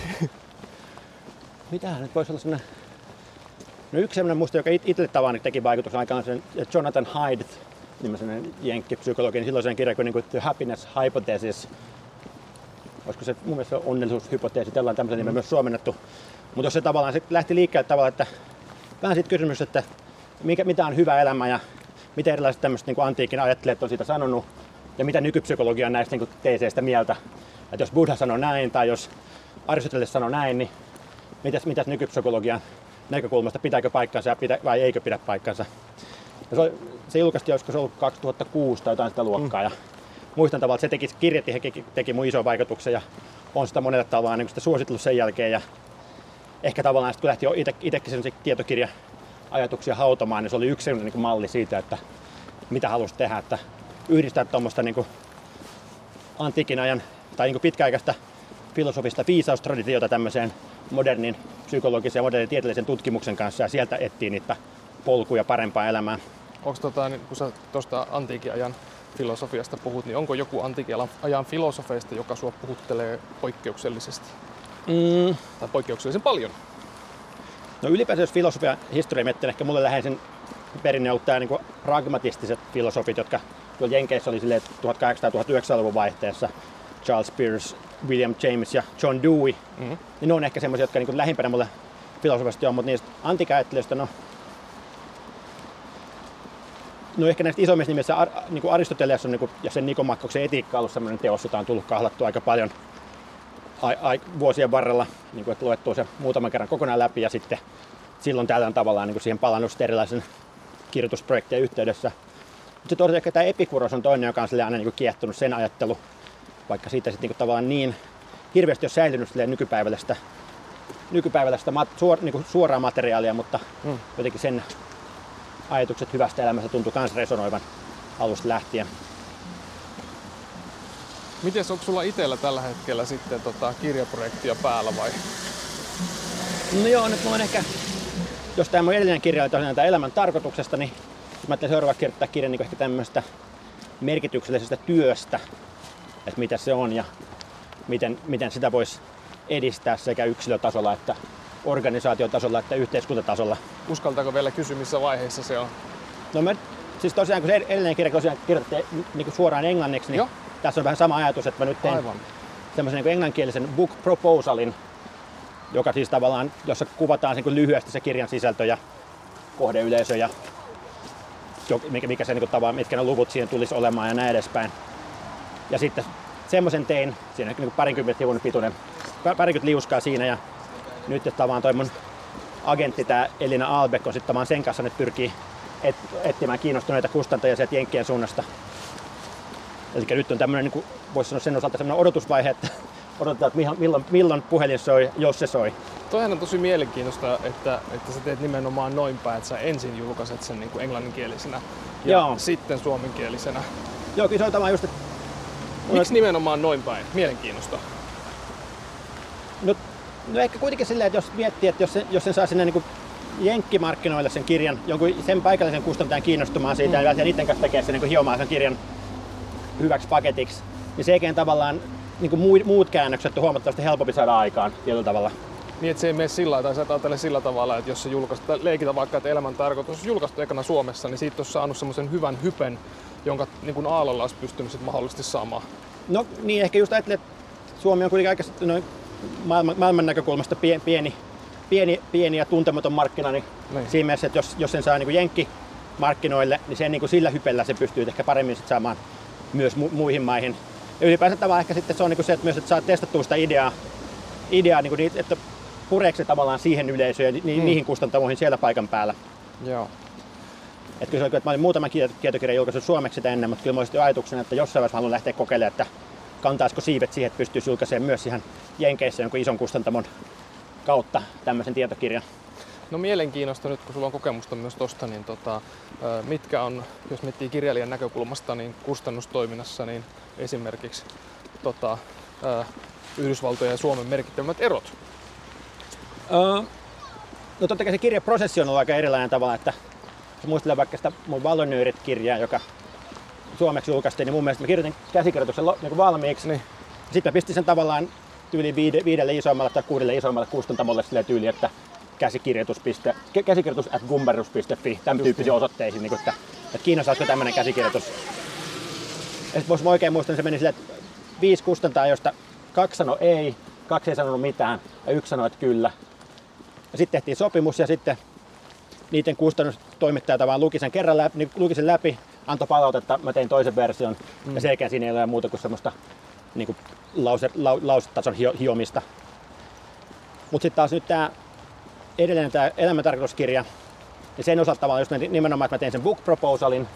Mitähän nyt voisi olla sellainen. No yksi sellainen musta, joka itselle tavallaan teki vaikutuksen aikaan, sen Jonathan Haidt nimisen jenkkipsykologi, niin silloin sen kirja kuin, niin kuin The Happiness Hypothesis. Olisiko se mun mielestä onnellisuushypoteesi, tällainen tämmöisen nimen myös suomennettu. Mutta jos se tavallaan se lähti liikkeelle tavallaan, että vähän siitä kysymys, että mikä, mitä on hyvä elämä ja mitä erilaiset tämmöiset niin kuin antiikin ajattelijat on siitä sanonut ja mitä nykypsykologia on näistä niin kuin teeseistä mieltä. Että jos Buddha sanoo näin tai jos Aristoteles sanoo näin, niin mitäs, mitäs nykypsykologian näkökulmasta pitääkö paikkansa pitä, vai eikö pidä paikkansa. Ja se, se julkaistiin, olisiko se ollut kaksituhattakuusi tai jotain sitä luokkaa. Mm. Ja muistan tavallaan, että se teki, kirjoitti, teki, teki mun ison vaikutuksen ja on sitä monelle tavallaan niin sitä suositellut sen jälkeen. Ja ehkä tavallaan kun lähti itsekin sellaisia tietokirja-ajatuksia hautamaan, niin se oli yksi sellainen niin malli siitä, että mitä halusi tehdä. Että yhdistää tuommoista niin antiikin ajan tai niin pitkäaikaista filosofista viisaustraditiota tämmöiseen modernin psykologisen ja modernin tieteellisen tutkimuksen kanssa ja sieltä etsii niitä polkuja parempaan elämään. Onko tota, kun sä tuosta antiikin ajan filosofiasta puhut, niin onko joku antiikin ajan filosofeista, joka sua puhuttelee poikkeuksellisesti? Mm. Tai poikkeuksellisen paljon? No ylipäätään jos filosofia historia miettii, ehkä mulle läheisen perinne on ollut tää niinku pragmatistiset filosofit, jotka tuolla Jenkeissä oli silleen tuhatkahdeksansataa-tuhatyhdeksänsataaluvun vaihteessa. Charles Peirce, William James ja John Dewey. Mm-hmm. Niin ne on ehkä semmoisia, jotka niin lähimpänä mulle filosofisesti on, mutta niistä antiikin-ajattelijoista, no, no ehkä näistä isommista nimissä Ar, niin Aristoteles on, niin kuin, ja sen Nikomakkoksen etiikka on ollut semmoinen teos, jota on tullut kahlattua aika paljon a, a, vuosien varrella, niin kuin, että luettua se muutaman kerran kokonaan läpi ja sitten silloin täällä on tavallaan niin kuin siihen palannut erilaisen kirjoitusprojektien yhteydessä. Mutta sitten on ehkä tämä Epikuros on toinen, joka on aina niin kuin kiehtonut sen ajattelu, vaikka siitä sitten niin tavallaan niin hirveästi on säilynyt nykypäivällistä, nykypäivällistä mat, suor, niin suoraa materiaalia, mutta mm. jotenkin sen ajatukset hyvästä elämästä tuntuu myös resonoivan alusta lähtien. Miten onko sulla itsellä tällä hetkellä sitten tota kirjaprojektia päällä vai? No joo, nyt mulla on ehkä, jos tämä mun edellinen kirja oli tosiaan tämä elämän tarkoituksesta, niin mä ajattelin seuraavaksi kirjoittaa kirjan niin ehkä tämmöistä merkityksellisestä työstä, että mitä se on ja miten, miten sitä voisi edistää sekä yksilötasolla että organisaatiotasolla että yhteiskuntatasolla. Uskaltaako vielä kysyä, missä vaiheessa se on? No mä, siis tosiaan kun se edellinen kirja tosiaan kirjoitettiin niin kuin suoraan englanniksi, niin Joo. tässä on vähän sama ajatus, että mä nyt teen semmoisen niin englanninkielisen book proposalin, joka siis tavallaan, jossa kuvataan niin kuin lyhyesti se kirjan sisältö ja kohdeyleisö ja mikä, mikä se niin kuin tavallaan, mitkä ne luvut siihen tulisi olemaan ja näin edespäin. Ja sitten semmoisen tein, siinä on niin parinkymmentä sivun pituinen, parikymmentä liuskaa siinä ja nyt tavallaan toi mun agentti tää Elina Albeck on sitten tavallaan sen kanssa nyt pyrkii et, etsimään kiinnostuneita kustantajia sieltä Jenkkien suunnasta. Eli nyt on tämmönen, niin voisi sanoa sen osalta semmoinen odotusvaihe, että odotetaan, että milloin, milloin puhelin soi, jos se soi. Toihan on tosi mielenkiintoista, että, että sä teet nimenomaan noin päin, että sä ensin julkaiset sen niin kuin englanninkielisenä ja Joo. sitten suomenkielisenä. Joo, kyllä se on tavallaan just, että miksi nimenomaan noin päin? Mielenkiinnosta. No, No ehkä kuitenkin silleen, että jos miettii, että jos sen, jos sen saa sinne niin jenkkimarkkinoille sen kirjan, jonkun sen paikallisen kustantajan kiinnostumaan siitä mm. ja niiden kanssa tekee sen niin hiomaan sen kirjan hyväksi paketiksi, niin sekin tavallaan niin muut käännökset on huomattavasti helpompi saada aikaan tietyllä tavalla. Niin, että se ei mene sillä tai sä ajattelee sillä tavalla, että jos se julkaistaan, leikitä vaikka, että elämän tarkoitus on julkaistu ekana Suomessa, niin siitä olisi saanut semmoisen hyvän hypen, jonka niin kuin Aallolla olisi pystynyt sit mahdollisesti saamaan. No niin, ehkä just ajattelin, että Suomi on kuitenkin aika noin maailman, maailman näkökulmasta pieni, pieni, pieni, pieni ja tuntematon markkina, niin, niin. Siinä mielessä, että jos, jos sen saa niin kuin jenkkimarkkinoille, niin sen, niin kuin sillä hypellä se pystyy ehkä paremmin sit saamaan myös mu- muihin maihin. Ja ylipäänsä tavallaan ehkä sitten se on niin kuin se, että myös että saa testattua sitä ideaa, ideaa niin kuin, että pureeko se tavallaan siihen yleisöön ja ni- mm. niihin kustantamoihin siellä paikan päällä. Joo. Että kyllä se oli, että mä olin muutaman tietokirjan julkaissut suomeksi sitä ennen, mutta kyllä mä olisin jo ajatuksena, että jossain vaiheessa haluan lähteä kokeilemaan, että kantaisiko siivet siihen, että pystyisi julkaisemaan myös ihan Jenkeissä jonkun ison kustantamon kautta tämmöisen tietokirjan. No mielenkiinnosta nyt, kun sulla on kokemusta myös tosta, niin tota, mitkä on, jos miettii kirjailijan näkökulmasta, niin kustannustoiminnassa, niin esimerkiksi tota, Yhdysvaltojen ja Suomen merkittävimmät erot? Öö, no totta kai se kirjaprosessi on ollut aika erilainen tavalla, että jos muistelee vaikka sitä mun Valonyyrit-kirjaa, joka suomeksi julkaistiin, niin mun mielestä mä kirjoitin käsikirjoituksen niin valmiiksi. Niin. Sitten mä pistin sen tavallaan tyyli viidelle isommalle tai kuudelle isommalle kustantamolle silleen tyyli, että käsikirjoitus, käsikirjoitus at gumberus piste fi, tämän just tyyppisiin niin. osoitteisiin, niin kuin, että, että kiinnostaisiko tämmöinen käsikirjoitus. Ja sit vois mä oikein muistan, niin se meni silleen, että viisi kustantaa, josta kaksi sanoi ei, kaksi ei sanonut mitään ja yksi sanoi, että kyllä. Ja sitten tehtiin sopimus ja sitten niiden kustannustoimittaja tavallaan luki sen kerran läpi, niin luki sen läpi, antoi palautetta, mä tein toisen version mm. ja selkeän siinä ei ole muuta kuin semmoista niin kuin lause, la, lausetason hio, hiomista. Mutta sitten taas nyt tää edelleen tää elämäntarkoituskirja, ja sen osalta tavallaan just nimenomaan, että mä tein sen book proposalin,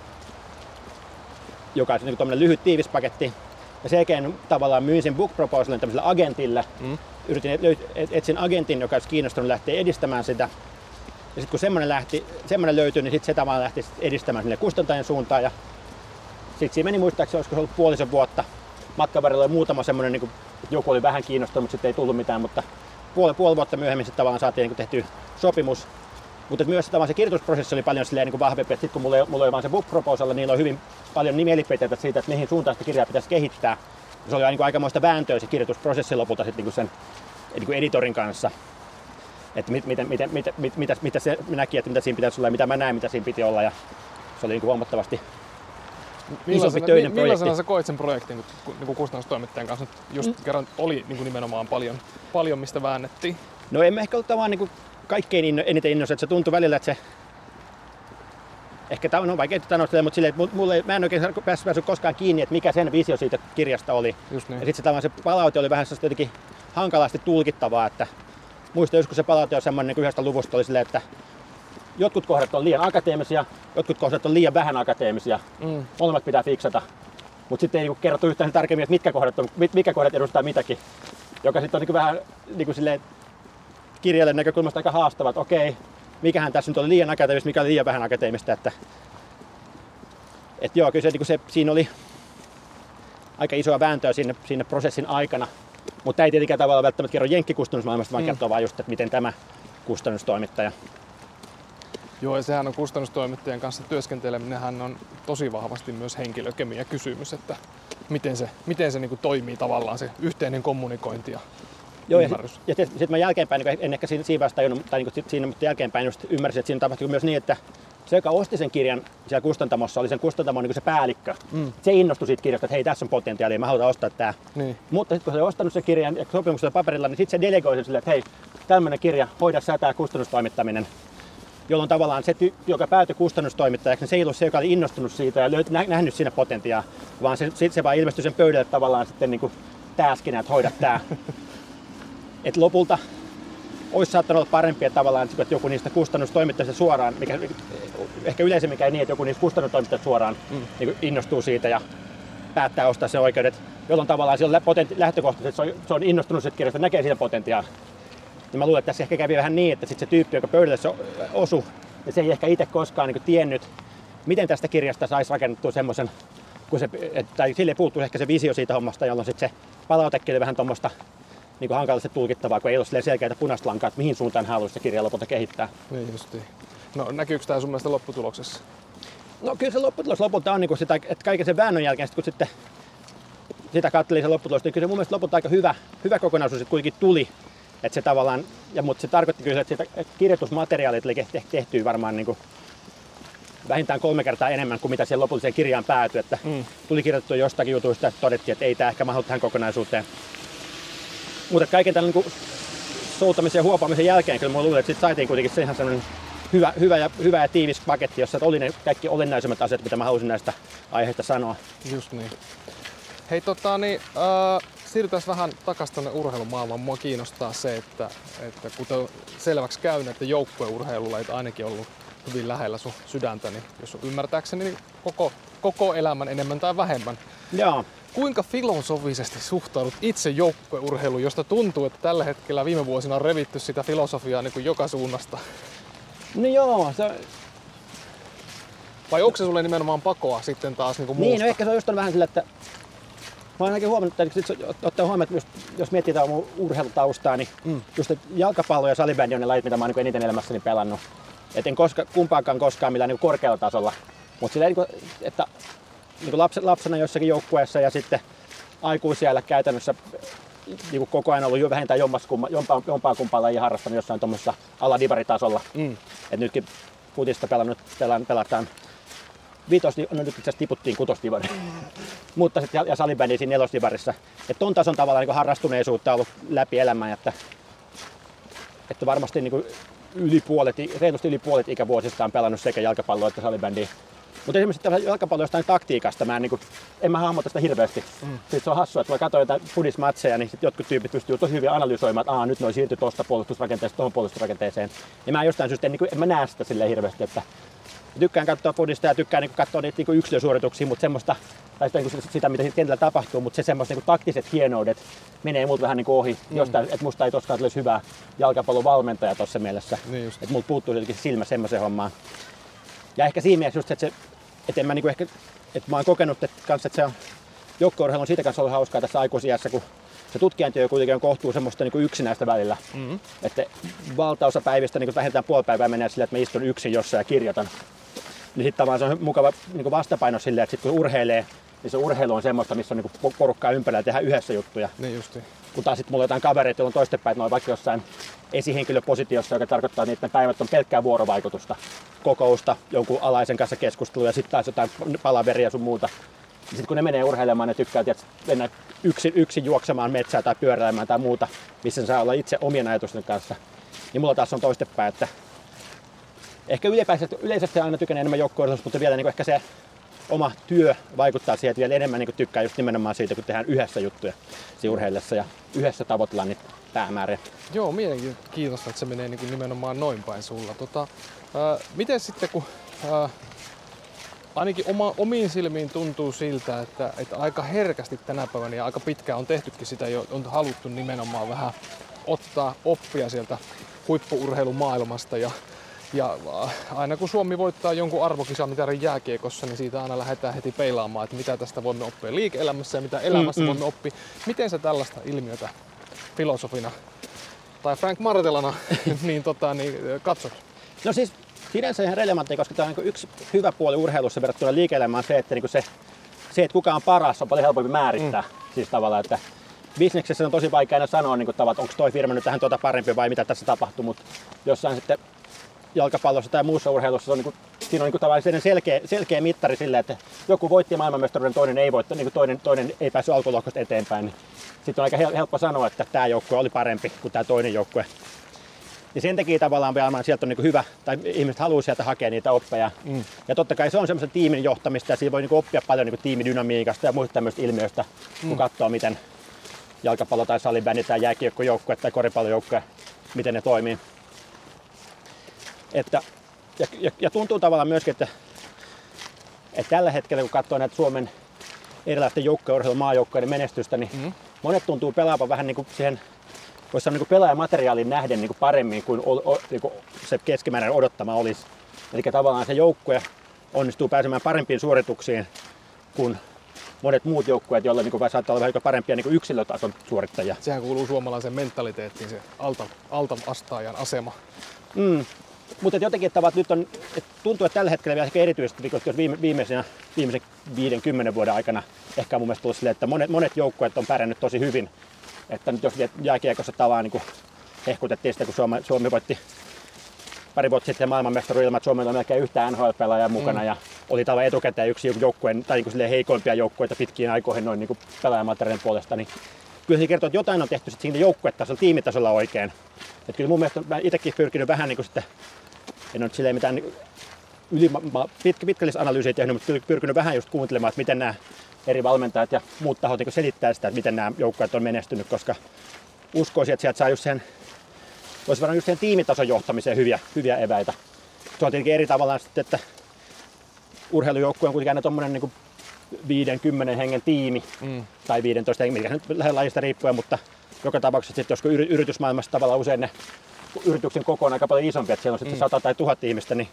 joka on niin tommonen lyhyt tiivis paketti, ja selkeän tavallaan myin sen book proposalin tämmöiselle agentille. Mm. Yritin etsin agentin, joka olisi kiinnostunut lähteä edistämään sitä. Ja sitten kun semmoinen, lähti, semmoinen löytyi, niin sitten se tavallaan lähti edistämään sinne kustantajan suuntaan. Ja sitten siinä meni muistaakseni, olisiko se ollut puolisen vuotta. Matkan varrella oli muutama semmoinen, niin että joku oli vähän kiinnostunut, mutta sitten ei tullut mitään. Mutta puoli, puoli vuotta myöhemmin sitten tavallaan saatiin niin tehty sopimus. Mutta myös se, se kirjoitusprosessi oli paljon silleen, niin vahvempi. Sitten kun mulla oli, mulla oli vaan se book proposal, niillä oli hyvin paljon mielipiteitä siitä, että mihin suuntaan sitä kirjaa pitäisi kehittää. Ja se oli niin aikamoista vääntöä se kirjoitusprosessi lopulta sitten niin sen niin editorin kanssa. Että mit, mit, mit, mit, mit, mitä, mitä se näki, että mitä siinä pitäisi olla ja mitä mä näin, mitä siinä piti olla. Ja se oli niin huomattavasti isompi töinen projekti. Millaisena sä koit sen projektin niin kustannustoimittajan kanssa? Just mm. kerran oli niin nimenomaan paljon, paljon, mistä väännettiin. No emme ehkä ollut vaan niin kaikkein inno, eniten innoissa, että se tuntui välillä, että se ehkä tämä on vaikea sanoa, mutta silleen, että mulle, mä en oikein päässyt, päässyt koskaan kiinni, että mikä sen visio siitä kirjasta oli. Just niin. Ja sitten se, se palaute oli vähän sellaista jotenkin hankalasti tulkittavaa, että muistan joskus se palaute on semmoinen niin yhdestä luvusta oli silleen, että jotkut kohdat on liian akateemisia, jotkut kohdat on liian vähän akateemisia. Mm. Molemmat pitää fiksata. Mutta sitten ei niin kerrottu yhtään tarkemmin, että mitkä kohdat, on, mitkä kohdat edustaa mitäkin. Joka sitten on niin vähän niin silleen kirjailijan näkökulmasta aika haastava, että okei, mikähän tässä nyt oli liian akateemista, mikä oli liian vähän akateemista. Että, että joo, kyllä se, niin se, siinä oli aika isoa vääntöä siinä, siinä prosessin aikana. Mutta ei tietenkään tavallaan välttämättä kerro jenkkikustannusmaailmasta, vaan mm. kertoo vaan just, että miten tämä kustannustoimittaja. Joo, ja sehän on kustannustoimittajan kanssa työskenteleminenhän on tosi vahvasti myös henkilökemia kysymys, että miten se, miten se niin kuin toimii tavallaan se yhteinen kommunikointi ja Joo, ymmärrys. Ja, ja sitten sit mä jälkeenpäin, niin en ehkä siinä, siinä vaiheessa tajunnut, tai niin siinä, mutta jälkeenpäin just ymmärsin, että siinä tapahtui myös niin, että se, joka osti sen kirjan siellä kustantamossa, oli sen kustantamon niin se päällikkö. Mm. Se innostui siitä kirjasta, että hei, tässä on potentiaalia, mä haluan ostaa tää. Niin. Mutta sitten kun se oli ostanut sen kirjan ja sopimuksella paperilla, niin sitten se delegoi sen silleen, että hei, tämmöinen kirja, hoida sä tää kustannustoimittaminen. Jolloin tavallaan se tyyppi, joka päätyi kustannustoimittajaksi, niin se ei ollut se, joka oli innostunut siitä ja löyt, nä, nähnyt siinä potentiaa, vaan se, se vaan ilmestyi sen pöydälle tavallaan sitten niin kuin tääskinä, että hoida tää. Et lopulta olisi saattanut olla parempi, että tavallaan että joku niistä kustannustoimittajista suoraan, mikä ehkä yleisemmin käy niin, että joku niistä kustannustoimittajista suoraan mm. niin innostuu siitä ja päättää ostaa sen oikeudet, jolloin tavallaan sillä on lähtökohtaisesti, että se on, se on innostunut siitä kirjasta, näkee siinä potentiaalia. Ja mä luulen, että tässä ehkä kävi vähän niin, että sit se tyyppi, joka pöydälle se osui, ja se ei ehkä itse koskaan niin tiennyt, miten tästä kirjasta saisi rakennettua semmoisen, tai sille puuttuu ehkä se visio siitä hommasta, jolloin sit se palautekin oli vähän tuommoista niin kuin hankalasti tulkittavaa, kun ei ole selkeää punaista lankaa, että mihin suuntaan haluaisi se kirja lopulta kehittää. Niin justiin. No näkyykö tämä sun mielestä lopputuloksessa? No kyllä se lopputulos lopulta on niin kuin sitä, että kaiken sen väännön jälkeen, kun sitten sitä katselin se lopputulos, niin kyllä se mun mielestä lopulta aika hyvä, hyvä kokonaisuus että kuitenkin tuli. Että se tavallaan, ja, mutta se tarkoitti kyllä, että, sitä, että kirjoitusmateriaalit oli tehtyä varmaan niin kuin vähintään kolme kertaa enemmän kuin mitä siihen lopulliseen kirjaan päätyi. Että mm. tuli kirjoitettua jostakin jutuista, että todettiin, että ei tämä ehkä mahdu tähän kokonaisuuteen. Mutta kaiken tämän niin soutamisen ja huopaamisen jälkeen kyllä mä luulen, että sitten saitiin kuitenkin se ihan sellainen hyvä, hyvä, ja, hyvä ja tiivis paketti, jossa oli ne kaikki olennaisemmat asiat, mitä mä halusin näistä aiheista sanoa. Just niin. Hei tota niin, äh, siirrytään vähän takaisin tuonne urheilumaailmaan. Mua kiinnostaa se, että, että kuten selväksi käynyt, että joukkueurheilulla ei ainakin ollut hyvin lähellä sun sydäntä, niin jos ymmärtääkseni niin koko, koko elämän enemmän tai vähemmän. Joo. Kuinka filosofisesti suhtaudut itse joukkueurheiluun, josta tuntuu, että tällä hetkellä viime vuosina on revitty sitä filosofiaa niin kuin joka suunnasta? No joo, se... Vai onko se sulle nimenomaan pakoa sitten taas niin kuin Niin, muusta? no ehkä se on just vähän sillä, että mä oon ainakin huomannut, että ottaa huomioon, että jos, jos miettii tämän mun urheilutaustaa, niin mm. just että jalkapallo ja salibändi on ne lajit, mitä mä oon niin eniten elämässäni pelannut. Et en koska, kumpaakaan koskaan millään niin korkealla tasolla. Mutta silleen, että niin lapsen, lapsena jossakin joukkueessa ja sitten aikuisiällä käytännössä niin koko ajan ollut jo vähintään jompaa, jompaa kumpaa lajia harrastanut jossain tuommoisessa aladivaritasolla. Mm. Et nytkin futista pelannut, pelataan viitos, no nyt itse asiassa tiputtiin kutosdivariin, mm. mutta sitten ja salibändiä siinä nelosdivarissa. Että ton tason tavalla niin harrastuneisuutta on ollut läpi elämää, että, että varmasti niin yli puolet, reilusti yli puolet ikävuosista on pelannut sekä jalkapalloa että salibändiä. Mutta esimerkiksi jalkapallo jostain taktiikasta, mä en, niin kuin, en mä hahmota sitä hirveästi. Mm. Sitten se on hassua, että kun katsoin jotain fudismatseja, niin sit jotkut tyypit pystyy tosi hyvin analysoimaan, että nyt ne siirtyi tuosta puolustusrakenteesta tuohon puolustusrakenteeseen. Ja mä jostain syystä en, niin kuin, en mä näe sitä silleen hirveästi, että tykkään katsoa fudista ja tykkään niin kuin, katsoa niitä niin yksilösuorituksia, mutta semmoista, tai sitä, niin kuin, sitä mitä kentällä tapahtuu, mutta se semmoista niin kuin, taktiset hienoudet menee multa vähän niin kuin ohi. Mm. Jostain, että musta ei toskaan olisi hyvä jalkapallon valmentaja tuossa mielessä. Niin että multa puuttuu jotenkin silmä semmoiseen hommaan. Ja ehkä siinä mielessä just, että se että mä niinku ehkä, että mä oon kokenut, että, kans, että se on joukkueurheilu on siitä kanssa ollut hauskaa tässä aikuisiässä, kun se tutkijantyö kuitenkin on kohtuu semmoista niinku yksinäistä välillä. Mm-hmm. Että valtaosa päivistä niinku vähintään puoli päivää menee silleen, että mä istun yksin jossain ja kirjoitan. Niin sitten tavallaan se on mukava niinku vastapaino silleen, että sit kun urheilee, niin se urheilu on semmoista, missä on niinku porukkaa ympärillä ja tehdään yhdessä juttuja. Niin justi. Kun taas sitten mulla on jotain kavereita, joilla on toistepäin, että ne on vaikka jossain esihenkilöpositiossa, joka tarkoittaa, että niiden päivät on pelkkää vuorovaikutusta, kokousta, jonkun alaisen kanssa keskustelua ja sitten taas jotain palaveria sun muuta. Ja sitten kun ne menee urheilemaan, ne tykkää tiedät, mennä yksin, yksin juoksemaan metsää tai pyöräilemään tai muuta, missä saa olla itse omien ajatusten kanssa. Niin mulla taas on toistepäin, että ehkä yleisesti aina tykän enemmän joukkueurheilusta, mutta vielä niin ehkä se oma työ vaikuttaa siihen, että vielä enemmän niin tykkää just nimenomaan siitä, kun tehdään yhdessä juttuja siinä urheillessa ja yhdessä tavoitellaan niitä päämääriä. Joo, mielenkiintoista, että se menee niin nimenomaan noin päin sulla. Tota, ää, miten sitten, kun ää, ainakin oma, omiin silmiin tuntuu siltä, että, että aika herkästi tänä päivänä ja aika pitkään on tehtykin sitä jo, on haluttu nimenomaan vähän ottaa oppia sieltä huippu-urheilumaailmasta ja Ja aina kun Suomi voittaa jonkun arvokisamitarin jääkiekossa, niin siitä aina lähdetään heti peilaamaan, että mitä tästä voimme oppia liike-elämässä ja mitä elämässä mm, mm. voimme oppia. Miten sä tällaista ilmiötä filosofina tai Frank Martellana niin, tota, niin, katsot? No siis sinänsä ihan relevanttia, koska tämä on niin yksi hyvä puoli urheilussa verrattuna liike-elämään se, että, niin se, se, että kuka on paras, on paljon helpompi määrittää. Mm. Siis tavallaan, että bisneksessä on tosi vaikea aina sanoa, niin kuin, että onko toi firma nyt vähän tuota parempi vai mitä tässä tapahtuu, mutta jossain sitten jalkapallossa tai muussa urheilussa on, niin kuin, siinä on niin kuin selkeä, selkeä mittari sille, että joku voitti maailmanmestaruuden, toinen ei voittanut, niin toinen, toinen ei päässyt alkulohkosta eteenpäin. Niin sitten on aika helppo sanoa, että tämä joukkue oli parempi kuin tämä toinen joukkue. Ja sen takia tavallaan vielä sieltä on niin hyvä, tai ihmiset haluaa sieltä hakea niitä oppeja. Mm. Ja totta kai se on semmoisen tiimin johtamista ja siinä voi niin oppia paljon niin tiimidynamiikasta ja muista tämmöistä ilmiöistä, mm. kun katsoo miten jalkapallo tai salibändi tai jääkiekkojoukkue tai koripallojoukkue, miten ne toimii. Että, ja, ja, ja tuntuu tavallaan myöskin, että, että tällä hetkellä kun katsoo näitä Suomen erilaisten joukkueurheilun maajoukkueiden menestystä, niin mm. monet tuntuu pelaavan vähän niin kuin siihen, voisi sanoa niin kuin pelaajamateriaalin nähden niin kuin paremmin kuin, o, o, niin kuin se keskimääräinen odottama olisi. Eli tavallaan se joukkue onnistuu pääsemään parempiin suorituksiin kuin monet muut joukkueet, joilla niin kuin saattaa olla vähän parempia niin kuin yksilötason suorittajia. Sehän kuuluu suomalaisen mentaliteettiin, se alta, alta vastaajan asema. Mm. Mutta jotenkin, että nyt on, että tuntuu, että tällä hetkellä vielä ehkä erityisesti, jos viime, viimeisenä, viimeisen viidenkymmenen vuoden aikana ehkä on mun mielestä tullut silleen, että monet, monet joukkueet on pärjännyt tosi hyvin. Että nyt jos jääkiekossa tavallaan niin hehkutettiin sitä, kun Suomi, Suomi voitti pari vuotta sitten maailmanmestaruuden ilman, että Suomella on melkein yhtään N H L-pelaajaa mukana mm. ja oli tavallaan etukäteen yksi joukkueen tai niin heikoimpia joukkueita pitkiin aikoihin noin niin pelaajamateriaalin puolesta. Niin kyllä se kertoo, että jotain on tehty siinä joukkuetasolla, tiimitasolla oikein. Että kyllä mun mielestä mä itsekin pyrkinyt vähän niin kuin sitten, en ole silleen mitään yli, pitkä, pitkällistä analyysiä tehnyt, mutta kyllä pyrkinyt vähän just kuuntelemaan, että miten nämä eri valmentajat ja muut tahot niin selittää sitä, että miten nämä joukkueet on menestynyt, koska uskoisin, että sieltä saa just sen, voisi varmaan just sen tiimitason johtamiseen hyviä, hyviä eväitä. Se on tietenkin eri tavalla sitten, että urheilujoukkue on kuitenkin aina tommonen niin viidenkymmenen hengen tiimi mm. tai viisitoista hengen, mikä nyt lähden lajista riippuen, mutta joka tapauksessa sitten, jos yritysmaailmassa tavallaan usein ne yrityksen koko on aika paljon isompi, että siellä on sitten mm. sata tai tuhat ihmistä, niin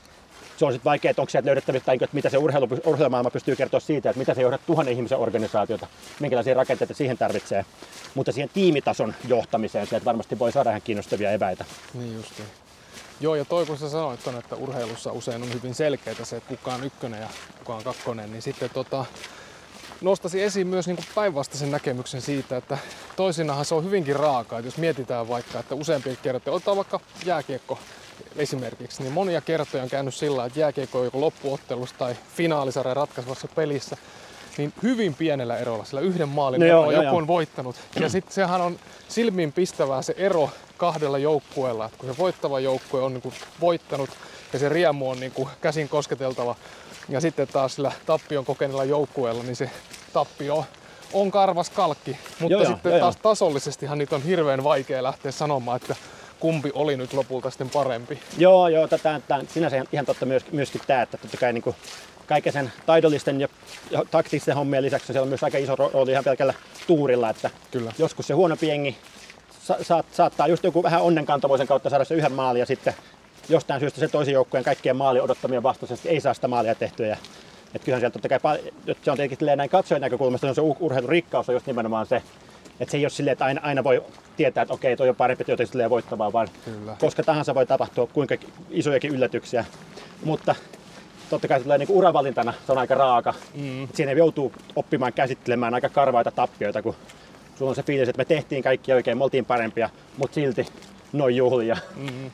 se on sitten vaikea, että onko sieltä löydettävissä, tai että mitä se urheilu, urheilumaailma pystyy kertoa siitä, että mitä se johdat tuhannen ihmisen organisaatiota, minkälaisia rakenteita siihen tarvitsee. Mutta siihen tiimitason johtamiseen sieltä varmasti voi saada ihan kiinnostavia eväitä. Niin justiin. Joo, ja toi kun sä sanoit on, että urheilussa usein on hyvin selkeää se, että kuka on ykkönen ja kuka on kakkonen, niin sitten tota, nostaisin esiin myös niin päinvastaisen näkemyksen siitä, että toisinahan se on hyvinkin raakaa. Että jos mietitään vaikka, että useampia kertoja, otetaan vaikka jääkiekko esimerkiksi, niin monia kertoja on käynyt sillä, että jääkiekko on joko loppuottelussa tai finaalisarjan ratkaisevassa pelissä, niin hyvin pienellä erolla, sillä yhden maalin no joo, joku joo. on voittanut. Ja sitten sehän on silmiin pistävää se ero kahdella joukkueella, että kun se voittava joukkue on niin kuin voittanut ja se riemu on niin kuin käsin kosketeltava, ja sitten taas sillä tappion kokeneella joukkueella, niin se tappio on karvas kalkki. Mutta joo, sitten joo, taas joo. tasollisestihan niitä on hirveän vaikea lähteä sanomaan, että kumpi oli nyt lopulta sitten parempi. Joo, joo, tätä, tämä, sinänsä ihan totta myös, myöskin tämä, että totta kai niin kuin kaiken sen taidollisten ja, ja taktisten hommien lisäksi siellä on myös aika iso rooli ihan pelkällä tuurilla, että Kyllä. joskus se huonompi jengi sa- sa- saattaa just joku vähän onnenkantamoisen kautta saada se yhden maalin ja sitten jostain syystä se toisen joukkueen kaikkien maalin odottamien vastaisesti ei saa sitä maalia tehtyä. Että kyllähän siellä totta kai, se on tietenkin näin katsojan näkökulmasta, se urheilun rikkaus on just nimenomaan se, että se ei ole silleen, että aina, aina voi tietää, että okei, toi on parempi jotenkin voittavaa, vaan Kyllä. koska tahansa voi tapahtua kuinka isojakin yllätyksiä. Mutta totta kai se tulee niinku uravalintana, se on aika raaka. Mm. Siinä joutuu oppimaan käsittelemään aika karvaita tappioita, kun sulla on se fiilis, että me tehtiin kaikki oikein, me oltiin parempia, mutta silti noin juhlia. Mm-hmm.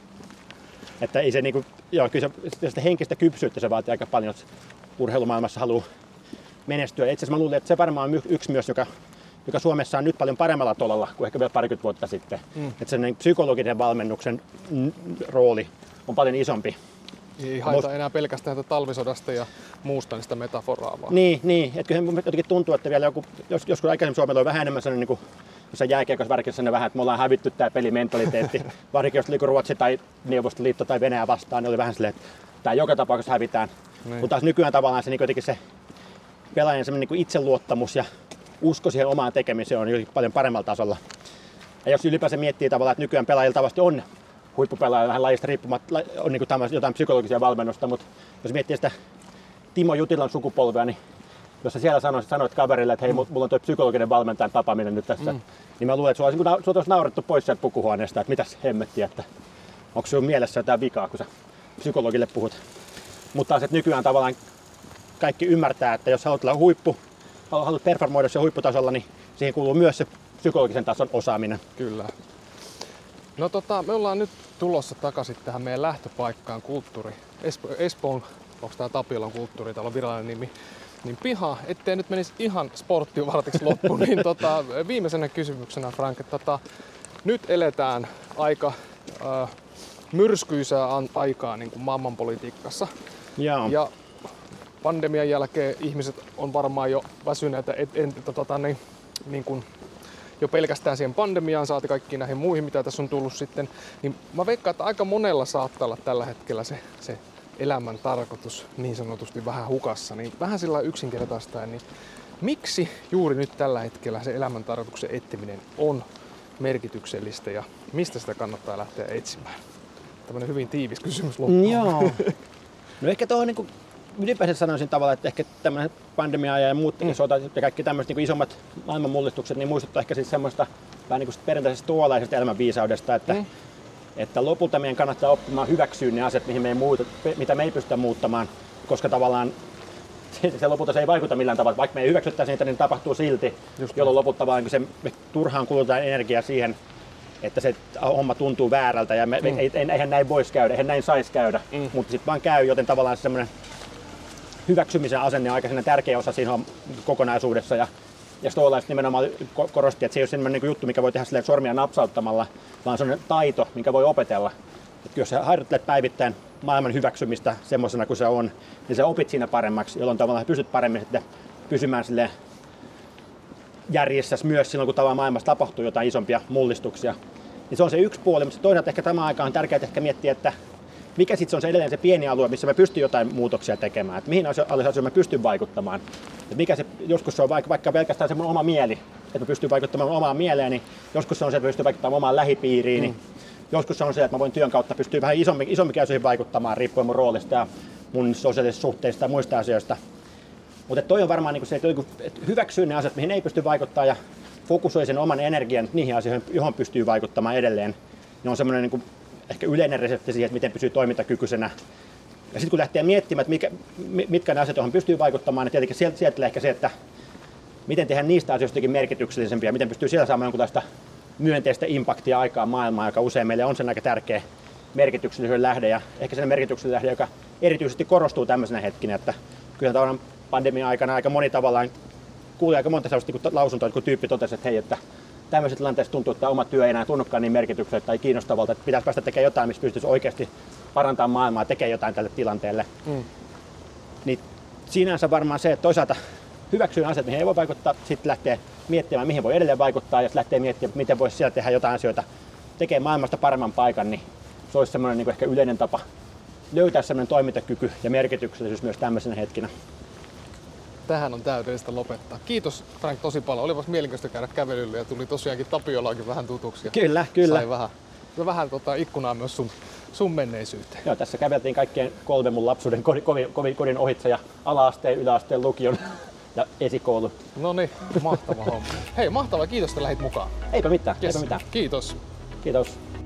Että ei se niinku, joo, kyllä se, sitä henkistä kypsyyttä se vaatii aika paljon, että urheilumaailmassa haluaa menestyä. Itse asiassa mä luulen, että se varmaan on yksi myös, joka, joka Suomessa on nyt paljon paremmalla tolalla kuin ehkä vielä parikymmentä vuotta sitten. Mm. Että se psykologisen valmennuksen rooli on paljon isompi. Ei haeta enää pelkästään tätä talvisodasta ja muusta niistä metaforaa vaan. Niin, niin. Että kyllä jotenkin tuntuu, että vielä joku, jos, joskus aikaisemmin Suomella oli vähän enemmän sellainen, niin kuin, jossain jääkiekossa värkissä vähän, että me ollaan hävitty tämä pelimentaliteetti. Varsinkin jos liiku Ruotsi tai Neuvostoliitto tai Venäjä vastaan, niin oli vähän silleen, että tämä joka tapauksessa hävitään. Niin. Mutta taas nykyään tavallaan se niin jotenkin se pelaajan semmoinen niin itseluottamus ja usko siihen omaan tekemiseen on jotenkin paljon paremmalla tasolla. Ja jos ylipäänsä miettii tavallaan, että nykyään pelaajilla tavasti on huippupelaaja vähän lajista riippumatta, on niin kuin jotain psykologisia valmennusta, mutta jos miettii sitä Timo Jutilan sukupolvea, niin jos sä siellä sanoisit, sanoit kaverille, että hei, mulla on tuo psykologinen valmentajan tapaaminen nyt tässä, mm. niin mä luulen, että sua olisi, sua olisi naurettu pois sieltä pukuhuoneesta, että mitäs hemmettiä, että onko sun mielessä jotain vikaa, kun sä psykologille puhut. Mutta taas, että nykyään tavallaan kaikki ymmärtää, että jos haluat olla huippu, haluat performoida se huipputasolla, niin siihen kuuluu myös se psykologisen tason osaaminen. Kyllä. No tota, me ollaan nyt tulossa takaisin tähän meidän lähtöpaikkaan kulttuuri. Espo- Espoon, onko tää Tapiolan kulttuuri, täällä on virallinen nimi, niin piha, ettei nyt menisi ihan sporttivartiksi loppuun, niin tota, viimeisenä kysymyksenä Frank, että tota, nyt eletään aika äh, myrskyisää an- aikaa niin kuin maailmanpolitiikassa. Jaa. Ja pandemian jälkeen ihmiset on varmaan jo väsyneitä, et, et, tota, niin, niin kuin jo pelkästään siihen pandemiaan saati kaikkiin näihin muihin, mitä tässä on tullut sitten, niin mä veikkaan, että aika monella saattaa olla tällä hetkellä se, se elämän tarkoitus niin sanotusti vähän hukassa, niin vähän sillä yksinkertaistaen, niin miksi juuri nyt tällä hetkellä se elämän tarkoituksen etsiminen on merkityksellistä ja mistä sitä kannattaa lähteä etsimään? Tämmöinen hyvin tiivis kysymys loppuun. Joo. No ehkä tuohon niin ylipäänsä sanoisin tavallaan, että ehkä tämmöinen pandemia ja muut mm. sodat ja kaikki tämmöiset niin isommat maailmanmullistukset niin muistuttaa ehkä siis semmoista vähän niin kuin perinteisestä tuollaisesta elämänviisaudesta, että, mm. että lopulta meidän kannattaa oppimaan hyväksyä ne asiat, mihin me ei muuta, mitä me ei pystytä muuttamaan, koska tavallaan se lopulta se ei vaikuta millään tavalla. Vaikka me ei hyväksyttäisi niitä, niin tapahtuu silti, just jolloin lopulta vaan se, me turhaan kulutetaan energiaa siihen, että se homma tuntuu väärältä ja me, mm. ei, eihän näin voisi käydä, eihän näin saisi käydä, mm. mutta sitten vaan käy, joten tavallaan se semmoinen hyväksymisen asenne on aika tärkeä osa siinä kokonaisuudessa. Ja, ja Stolaiset nimenomaan korosti, että se ei ole sellainen niin juttu, mikä voi tehdä sormia napsauttamalla, vaan se on taito, minkä voi opetella. Että jos sä harjoittelet päivittäin maailman hyväksymistä semmoisena kuin se on, niin sä opit siinä paremmaksi, jolloin tavallaan pystyt paremmin sitten pysymään silleen järjessä myös silloin, kun tavallaan maailmassa tapahtuu jotain isompia mullistuksia. Niin se on se yksi puoli, mutta toisaalta ehkä tämä aika on tärkeää ehkä miettiä, että mikä sitten on se edelleen se pieni alue, missä me pystyy jotain muutoksia tekemään, että mihin asioihin me pystyn vaikuttamaan. Että mikä se, joskus se on vaikka, vaikka pelkästään se mun oma mieli, että mä pystyn vaikuttamaan omaan mieleeni, joskus se on se, että mä pystyn vaikuttamaan omaan lähipiiriini, mm. joskus se on se, että mä voin työn kautta pystyä vähän isommin, isomminkin asioihin vaikuttamaan, riippuen mun roolista ja mun sosiaalisista suhteista ja muista asioista. Mutta toi on varmaan niinku se, että hyväksyy ne asiat, mihin ei pysty vaikuttamaan ja fokusoi sen oman energian niihin asioihin, johon pystyy vaikuttamaan edelleen. Ne on semmoinen niinku ehkä yleinen resepti siihen, että miten pysyy toimintakykyisenä. Ja sitten kun lähtee miettimään, että mikä, mitkä ne asiat, johon pystyy vaikuttamaan, niin tietenkin sieltä, sieltä ehkä se, että miten tehdä niistä asioista merkityksellisempiä, miten pystyy siellä saamaan jonkunlaista myönteistä impaktia aikaan maailmaan, joka usein meille on sen aika tärkeä merkityksellisyyden lähde ja ehkä sen merkityksellisyyden lähde, joka erityisesti korostuu tämmöisenä hetkinä, että kyllä tavallaan pandemian aikana aika moni tavallaan kuuli aika monta sellaista niin lausuntoa, kun tyyppi totesi, että hei, että tämmöisessä tilanteessa tuntuu, että oma työ ei enää tunnukaan niin merkitykselliseltä tai kiinnostavalta, että pitäisi päästä tekemään jotain, missä pystyisi oikeasti parantamaan maailmaa ja tekemään jotain tälle tilanteelle. Mm. Niin sinänsä varmaan se, että toisaalta hyväksyy asiat, mihin ei voi vaikuttaa, sitten lähtee miettimään, mihin voi edelleen vaikuttaa, ja lähtee miettimään, miten voisi siellä tehdä jotain asioita, tekee maailmasta paremman paikan, niin se olisi semmoinen niin kuin ehkä yleinen tapa löytää semmoinen toimintakyky ja merkityksellisyys myös tämmöisenä hetkinä. Tähän on täydellistä lopettaa. Kiitos Frank tosi paljon. Olipas mielenkiintoista käydä kävelyllä ja tuli tosiaankin Tapiolaakin vähän tutuksi. Kyllä, kyllä. Sai vähän, vähän tota, ikkunaa myös sun, sun menneisyyteen. Joo, tässä käveltiin kaikkien kolme mun lapsuuden kodin, kodin, kodin ohitse ja ala-asteen, yläasteen, lukion ja esikoulu. No niin, mahtava homma. Hei, mahtavaa. Kiitos, että lähdit mukaan. Eipä mitään, Yes. eipä mitään. Kiitos. Kiitos.